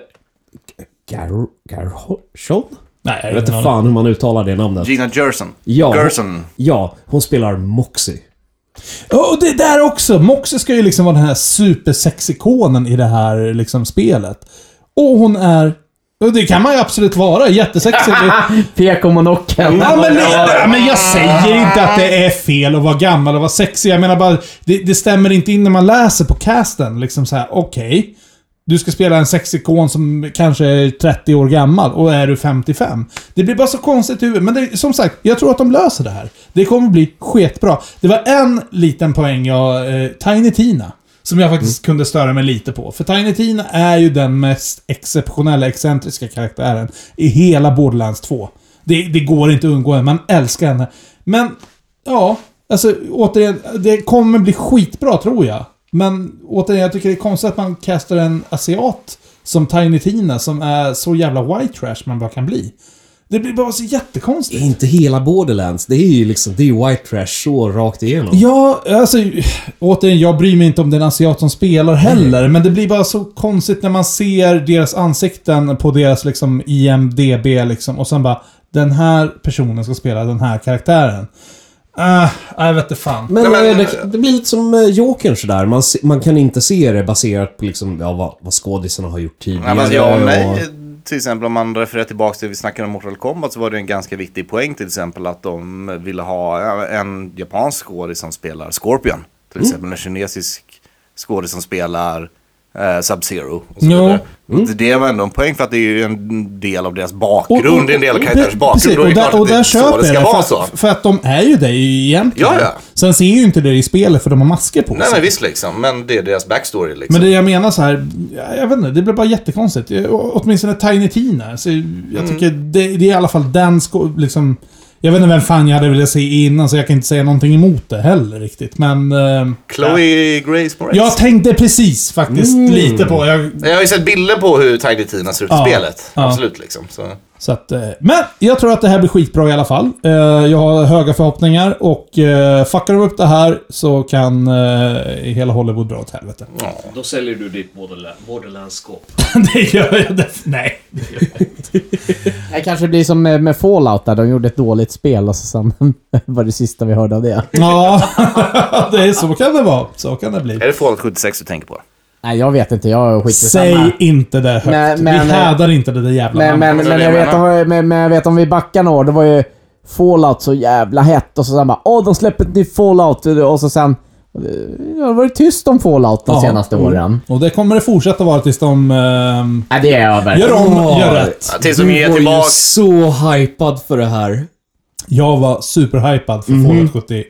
Gar Gershon?
Nej,
Jag vet inte fan hur man uttalar det namnet.
Gina Gerson.
Ja,
Gerson.
ja, hon spelar Moxie.
Och det där också. Moxie ska ju liksom vara den här supersexikonen i det här liksom spelet. Och hon är... Och det kan man ju absolut vara. Jättesexig.
P K-monocken.
Ja, men, ja, men jag säger inte att det är fel att vara gammal och vara sexig. Jag menar bara, det, det stämmer inte in när man läser på casten. Liksom så här, okej. Okay, du ska spela en sexikon som kanske är trettio år gammal och är du femtiofem. Det blir bara så konstigt i huvudet. Men det, som sagt, jag tror att de löser det här. Det kommer bli skitbra. Det var en liten poäng jag... Eh, Tiny Tina. Som jag faktiskt mm. kunde störa mig lite på. För Tiny Tina är ju den mest exceptionella, excentriska karaktären i hela Borderlands två. Det, det går inte att undgå henne. Man älskar henne. Men, ja. Alltså, återigen. Det kommer bli skitbra, tror jag. Men, återigen, jag tycker det är konstigt att man kastar en asiat som Tiny Tina, som är så jävla white trash man bara kan bli. Det blir bara så jättekonstigt.
Inte hela Borderlands. Det är ju liksom, det är white trash så rakt igenom.
Ja, alltså återigen, jag bryr mig inte om den asiat som spelar heller, mm. men det blir bara så konstigt när man ser deras ansikten på deras liksom I M D B liksom, och sen bara, den här personen ska spela den här karaktären. Uh, jag vet inte fan.
Men,
Nej, men-
eh, det, det blir lite som uh, Jokern sådär. Man, se- man kan inte se det baserat på liksom, ja, vad, vad skådisarna har gjort tidigare.
Ja, men ja,
och-
nej. Till exempel om man refererar tillbaka till vi snackade om Mortal Kombat så var det en ganska viktig poäng till exempel att de ville ha en japansk skådis som spelar Scorpion. Till exempel en kinesisk skådis som spelar eh, Sub-Zero. Och så
Jo.
vidare. Och det var ändå en poäng för att det är ju en del av deras bakgrund, det är en del av karaktärens
Pre-
bakgrund.
precis,
Då är det
och där,
klart att
och
det
där
är så
köper
det
jag
ska
det.
vara
För,
så.
att- för att de är ju det egentligen.
Ja, ja.
Sen ser ju inte det i spelet för de har masker på
Nej,
sig.
men visst liksom. Men det är deras backstory liksom.
Men det jag menar så här, jag jag vet inte, det blir bara jättekonstigt. Jag- Åtminstone Tiny Tina. Så jag tycker det, det är i alla fall den sko- liksom... Jag vet inte vem fan jag hade velat se innan, så jag kan inte säga någonting emot det heller riktigt. Men... Eh,
Chloe Grace Moretz.
jag tänkte precis faktiskt lite på... Jag,
Jag har ju sett bilder på hur Tiny Tina ser ut i
Ja,
spelet.
ja.
Absolut liksom. Så.
så att, eh, men jag tror att det här blir skitbra i alla fall. Eh, jag har höga förhoppningar och eh, fuckar de upp det här så kan eh, hela Hollywood dra åt helvete.
Ja.
Då säljer du ditt Borderlands-skåp.
Det gör jag def- Nej. det gör jag inte.
Det kanske blir som med, med Fallout där de gjorde ett dåligt spel och så sen var det sista vi hörde av det.
Ja, det är, så kan det vara. Så kan det bli.
Är det Fallout sjuttiosex du tänker på?
Nej, jag vet inte. Jag skiter
Säg
samma.
inte det högt.
Men- men-
vi hädar inte det där jävla
Men, men,
namnet.
det är
men,
det
jag
jag
vet
menar.
om, men, men jag vet om vi backar några år, det var ju Fallout så jävla hett och så sen bara åh, de släpper ett nytt Fallout och så sen ja, det var det tyst om Fallout de
Ja.
senaste åren.
Och det kommer det fortsätta vara tills de... ehm,
Nej, det är över.
gör om,
Åh.
gör rätt.
Ja, tills de
Du
ger
var ju
tillbaka.
så hypad för det här.
Jag var superhypad för Fallout sjuttio.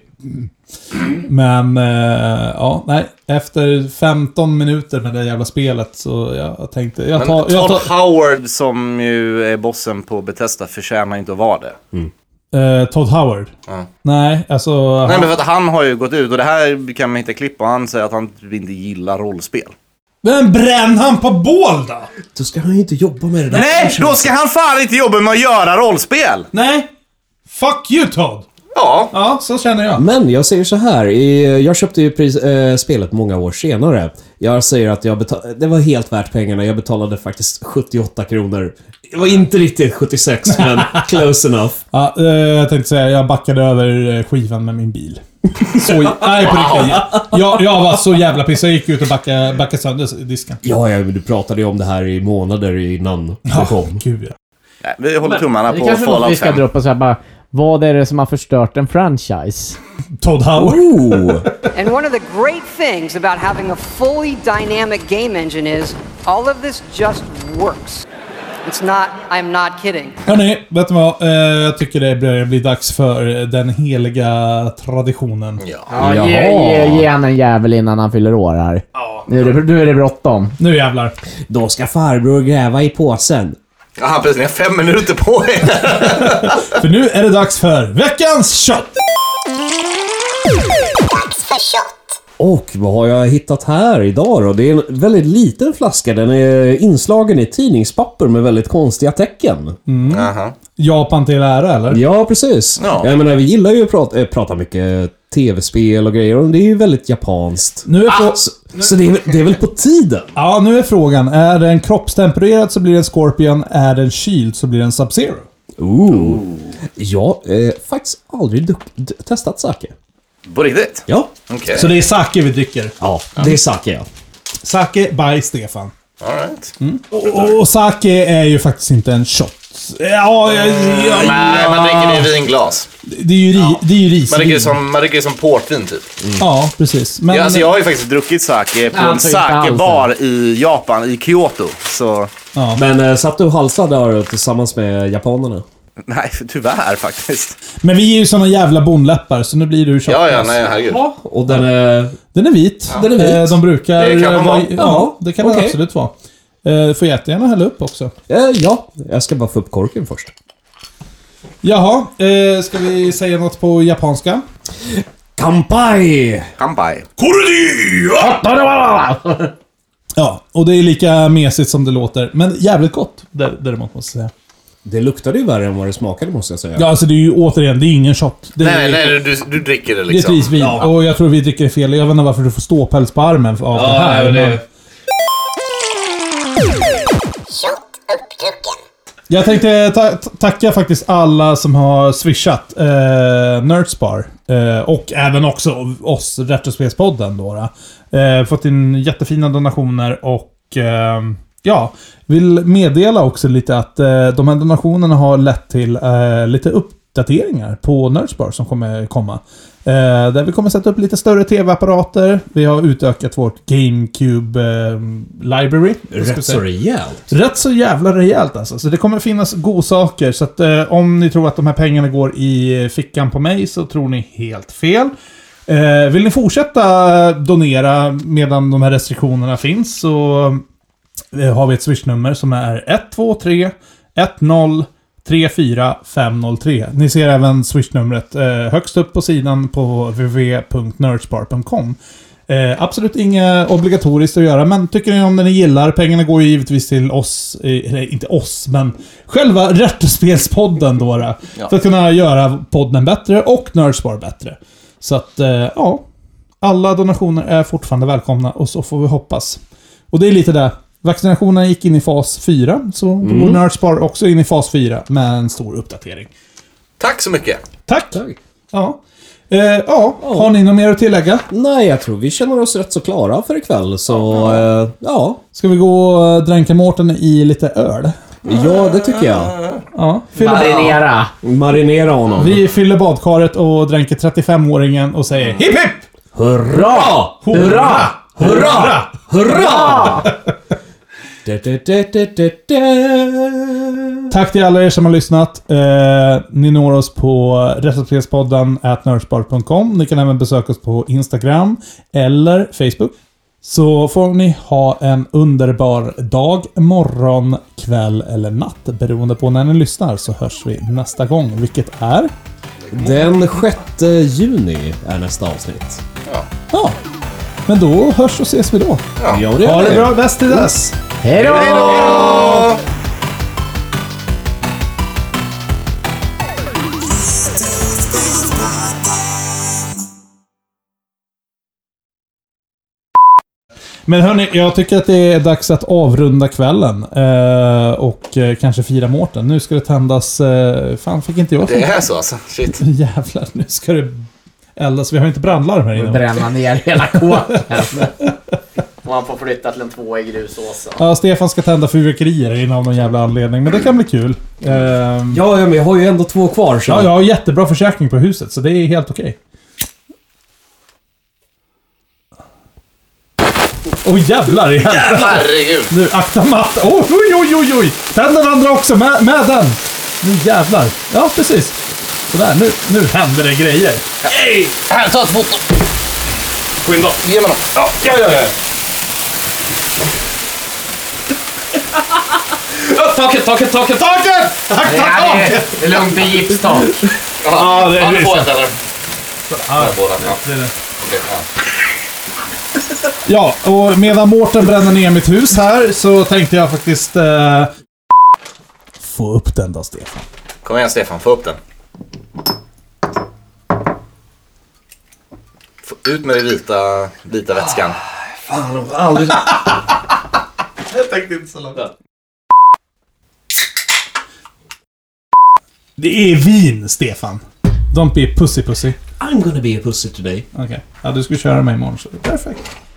Men, eh, ja, nej. Efter femton minuter med det jävla spelet så jag tänkte... Jag
Men
tar... Jag
Todd
tar
Howard som ju är bossen på Bethesda förtjänar inte att vara det.
eh, Todd Howard.
Ja.
Nej, alltså...
Nej
han,
men för att han har ju gått ut och det här kan man hitta klipp och han säger att han inte gillar rollspel.
Men bränn han på bål då?
Då ska han ju inte jobba med det där.
Nej, då ska han fan inte jobba med att göra rollspel!
Nej. Fuck you Todd.
Ja.
Ja, så känner jag.
Men jag säger så här. i- Jag köpte ju pris, äh, spelet många år senare. Jag säger att jag betal- det var helt värt pengarna. Jag betalade faktiskt sjuttioåtta kronor. Det var inte riktigt sjuttiosex, men close enough.
Ja, eh, jag tänkte säga, jag backade över eh, skivan med min bil. Så, nej, på riktigt. Jag, jag var så jävla pissad. Jag gick ut och backade, backade sönder disken.
Ja, ja, men du pratade ju om det här i månader innan det
Ja,
kom.
gud ja.
Nej, vi håller tummarna
Det
på
kanske är något vi
Fallout
ska
fem.
dra upp och säga bara vad är det som har förstört en franchise?
Todd Howard.
Oh!
And one of the great things about having a fully dynamic game engine is all of this just works. It's not, I'm not kidding.
Hörrni, vet du vad? Eh, jag tycker det börjar bli dags för den heliga traditionen.
Ja.
Ja, ge,
Jaha.
ge, ge han en jävel innan han fyller år här. Nu är det, nu är det bråttom.
Nu jävlar.
Då ska farbror gräva i påsen.
Ja, han precis. Ni har fem minuter på er.
För nu är det dags för veckans shot!
Och vad har jag hittat här idag då? Det är en väldigt liten flaska. Den är inslagen i tidningspapper med väldigt konstiga tecken.
Aha.
Japan till ära, eller?
Ja, precis.
Ja.
Jag menar, vi gillar ju att prata, äh, prata mycket tv-spel och grejer. Och det är ju väldigt japanskt.
Nu är frå-
Så, så det, är, väl- det är väl på tiden?
Ja, nu är frågan. Är den kroppstempererad så blir det en Scorpion. Är den kyld så blir det en Sub-Zero.
Ooh. Jag har eh, faktiskt aldrig duk- d- testat sake.
På riktigt?
Ja.
Okej.
Så det är sake vi dricker.
Ja, det är sake, ja.
Sake by Stefan.
All right.
Och, och sake är ju faktiskt inte en shot. Ja, ja, ja,
Nej, man dricker det i vinglas.
det är ju, ri, det är ju ris.
Man dricker det som, man dricker det som portvin typ.
Ja, precis. Men,
Ja, alltså, jag har ju faktiskt druckit sake på en
Alltså, inte alls.
sakebar i Japan, i Kyoto. Så
ja.
Men eh, satt du och halsade där tillsammans med japanerna?
nej, tyvärr faktiskt.
Men vi är ju såna jävla bondläppar, så nu blir du shot.
Ja, ja, nej, herregud.
Och den är...
Den är vit.
Den är vit.
Eh, De brukar...
Det kan man
vara-
vara.
Ja, det kan den
Okej.
absolut vara. Eh, Får jättegärna hälla upp också.
Eh, ja, jag ska bara få upp korken först.
Jaha, eh, ska vi säga något på japanska?
Kampai!
Kampai.
Ja, och det är lika mesigt som det låter. Men jävligt gott, där- däremot måste jag säga.
Det luktade ju värre än vad det smakade, måste jag säga.
Ja, alltså det är ju återigen, det är ingen shot. Det är,
Nej, nej, nej, du, du dricker det
Det är ett
liksom.
risvin. Och jag tror vi dricker det fel. Jag vet inte varför du får ståpäls på armen av det här.
men det-
men- Jag tänkte ta ta- tacka faktiskt alla som har swishat. Eh, Nerdspar. Eh, och även också oss, Retrospelspodden då. då. Eh, fått in jättefina donationer och eh, ja, vill meddela också lite att eh, de här donationerna har lett till eh, lite uppdateringar på Nerdspar som kommer komma. Eh, där vi kommer sätta upp lite större tv-apparater. Vi har utökat vårt GameCube eh, library.
Rätt så rejält.
Rätt så jävla rejält alltså. Så det kommer finnas godsaker. Så att eh, om ni tror att de här pengarna går i fickan på mig så tror ni helt fel. Eh, vill ni fortsätta donera medan de här restriktionerna finns så eh, har vi ett swishnummer som är ett två tre ett noll tre fyra fem noll tre. Ni ser även swishnumret eh, högst upp på sidan på w w w punkt nerdspar punkt com. Eh, absolut inget obligatoriskt att göra, men tycker ni om det ni gillar, pengarna går ju givetvis till oss, eh, eller inte oss, men själva Retrospelspodden då, då
Ja.
för att kunna göra podden bättre och Nerdspar bättre. Så att, eh, ja, alla donationer är fortfarande välkomna och så får vi hoppas. Och det är lite där. Vaccinationen gick in i fas fyra, så mm. går Nerdspar också in i fas fyra med en stor uppdatering.
Tack så mycket.
Tack!
Tack.
Ja. Eh, ja, har ni något mer att tillägga?
Nej, jag tror vi känner oss rätt så klara för ikväll. Så, ja. Eh, ja.
Ska vi gå och dränka Mårten i lite öl?
Ja, det tycker jag.
Ja. Fyller
Marinera.
Marinera honom.
vi fyller badkaret och dränker trettiofem-åringen och säger hipp hipp!
Hurra!
Hurra! Hurra!
Hurra! Da, da, da, da, da, da.
Tack till alla er som har lyssnat. Eh, ni når oss på retrospelspodden at nerdspar punkt com. Ni kan även besöka oss på Instagram eller Facebook. Så får ni ha en underbar dag, morgon, kväll eller natt. Beroende på när ni lyssnar så hörs vi nästa gång. Vilket är...
Den sjätte juni är nästa avsnitt.
Ja.
Ja, men då hörs och ses vi då.
Ja.
Ja, det
Ha
är
det
det.
bra, bäst till dess!
Hej då!
Hej då!
Men hörni, jag tycker att det är dags att avrunda kvällen. Eh, och eh, kanske fira Mårten. Nu ska det tändas... Eh, fan, fick inte jag...
Det är så alltså. Shit.
Jävlar, nu ska det eldas. Vi har inte brandlarm här inne.
Bränna ner hela kåken. Och han får flytta till en två i grusåsen.
Ja, Stefan ska tända fyrverkerier innan av någon jävla anledning. Men det kan bli kul. Eh,
Ja, ja, men jag har ju ändå två kvar. Så.
ja, jag har jättebra försäkring på huset. Så det är helt okej. Åh oh, jävlar i helvete.
Herregud.
Nu, akta matta. Oh, oj, oj, oj, oj. Tänd den andra också, med, med den. Nu jävlar. Ja, precis. Sådär, nu, nu händer det grejer.
Hej! Här, ta ett foto. Skynda. Ge mig något. Ja, ja, ja, ja. Taket, taket, taket, taket!
Tack,
Ja,
tack,
det, är, det är lugnt, det är gipstak.
Ja, det är det.
Får jag eller?
Ja,
Båda, ja.
det är det.
Okej, ja.
Ja, och medan Mårten bränner ner mitt hus här så tänkte jag faktiskt eh, få upp den då, Stefan.
Kom igen Stefan, få upp den. Få ut med den vita, vita vätskan.
Fan, aldrig...
Jag tänkte inte så långt. Det är vin, Stefan. Don't be pussy pussy.
I'm gonna be a pussy today.
Okej. Okay. Ja, du ska köra mig imorgon så det är perfekt.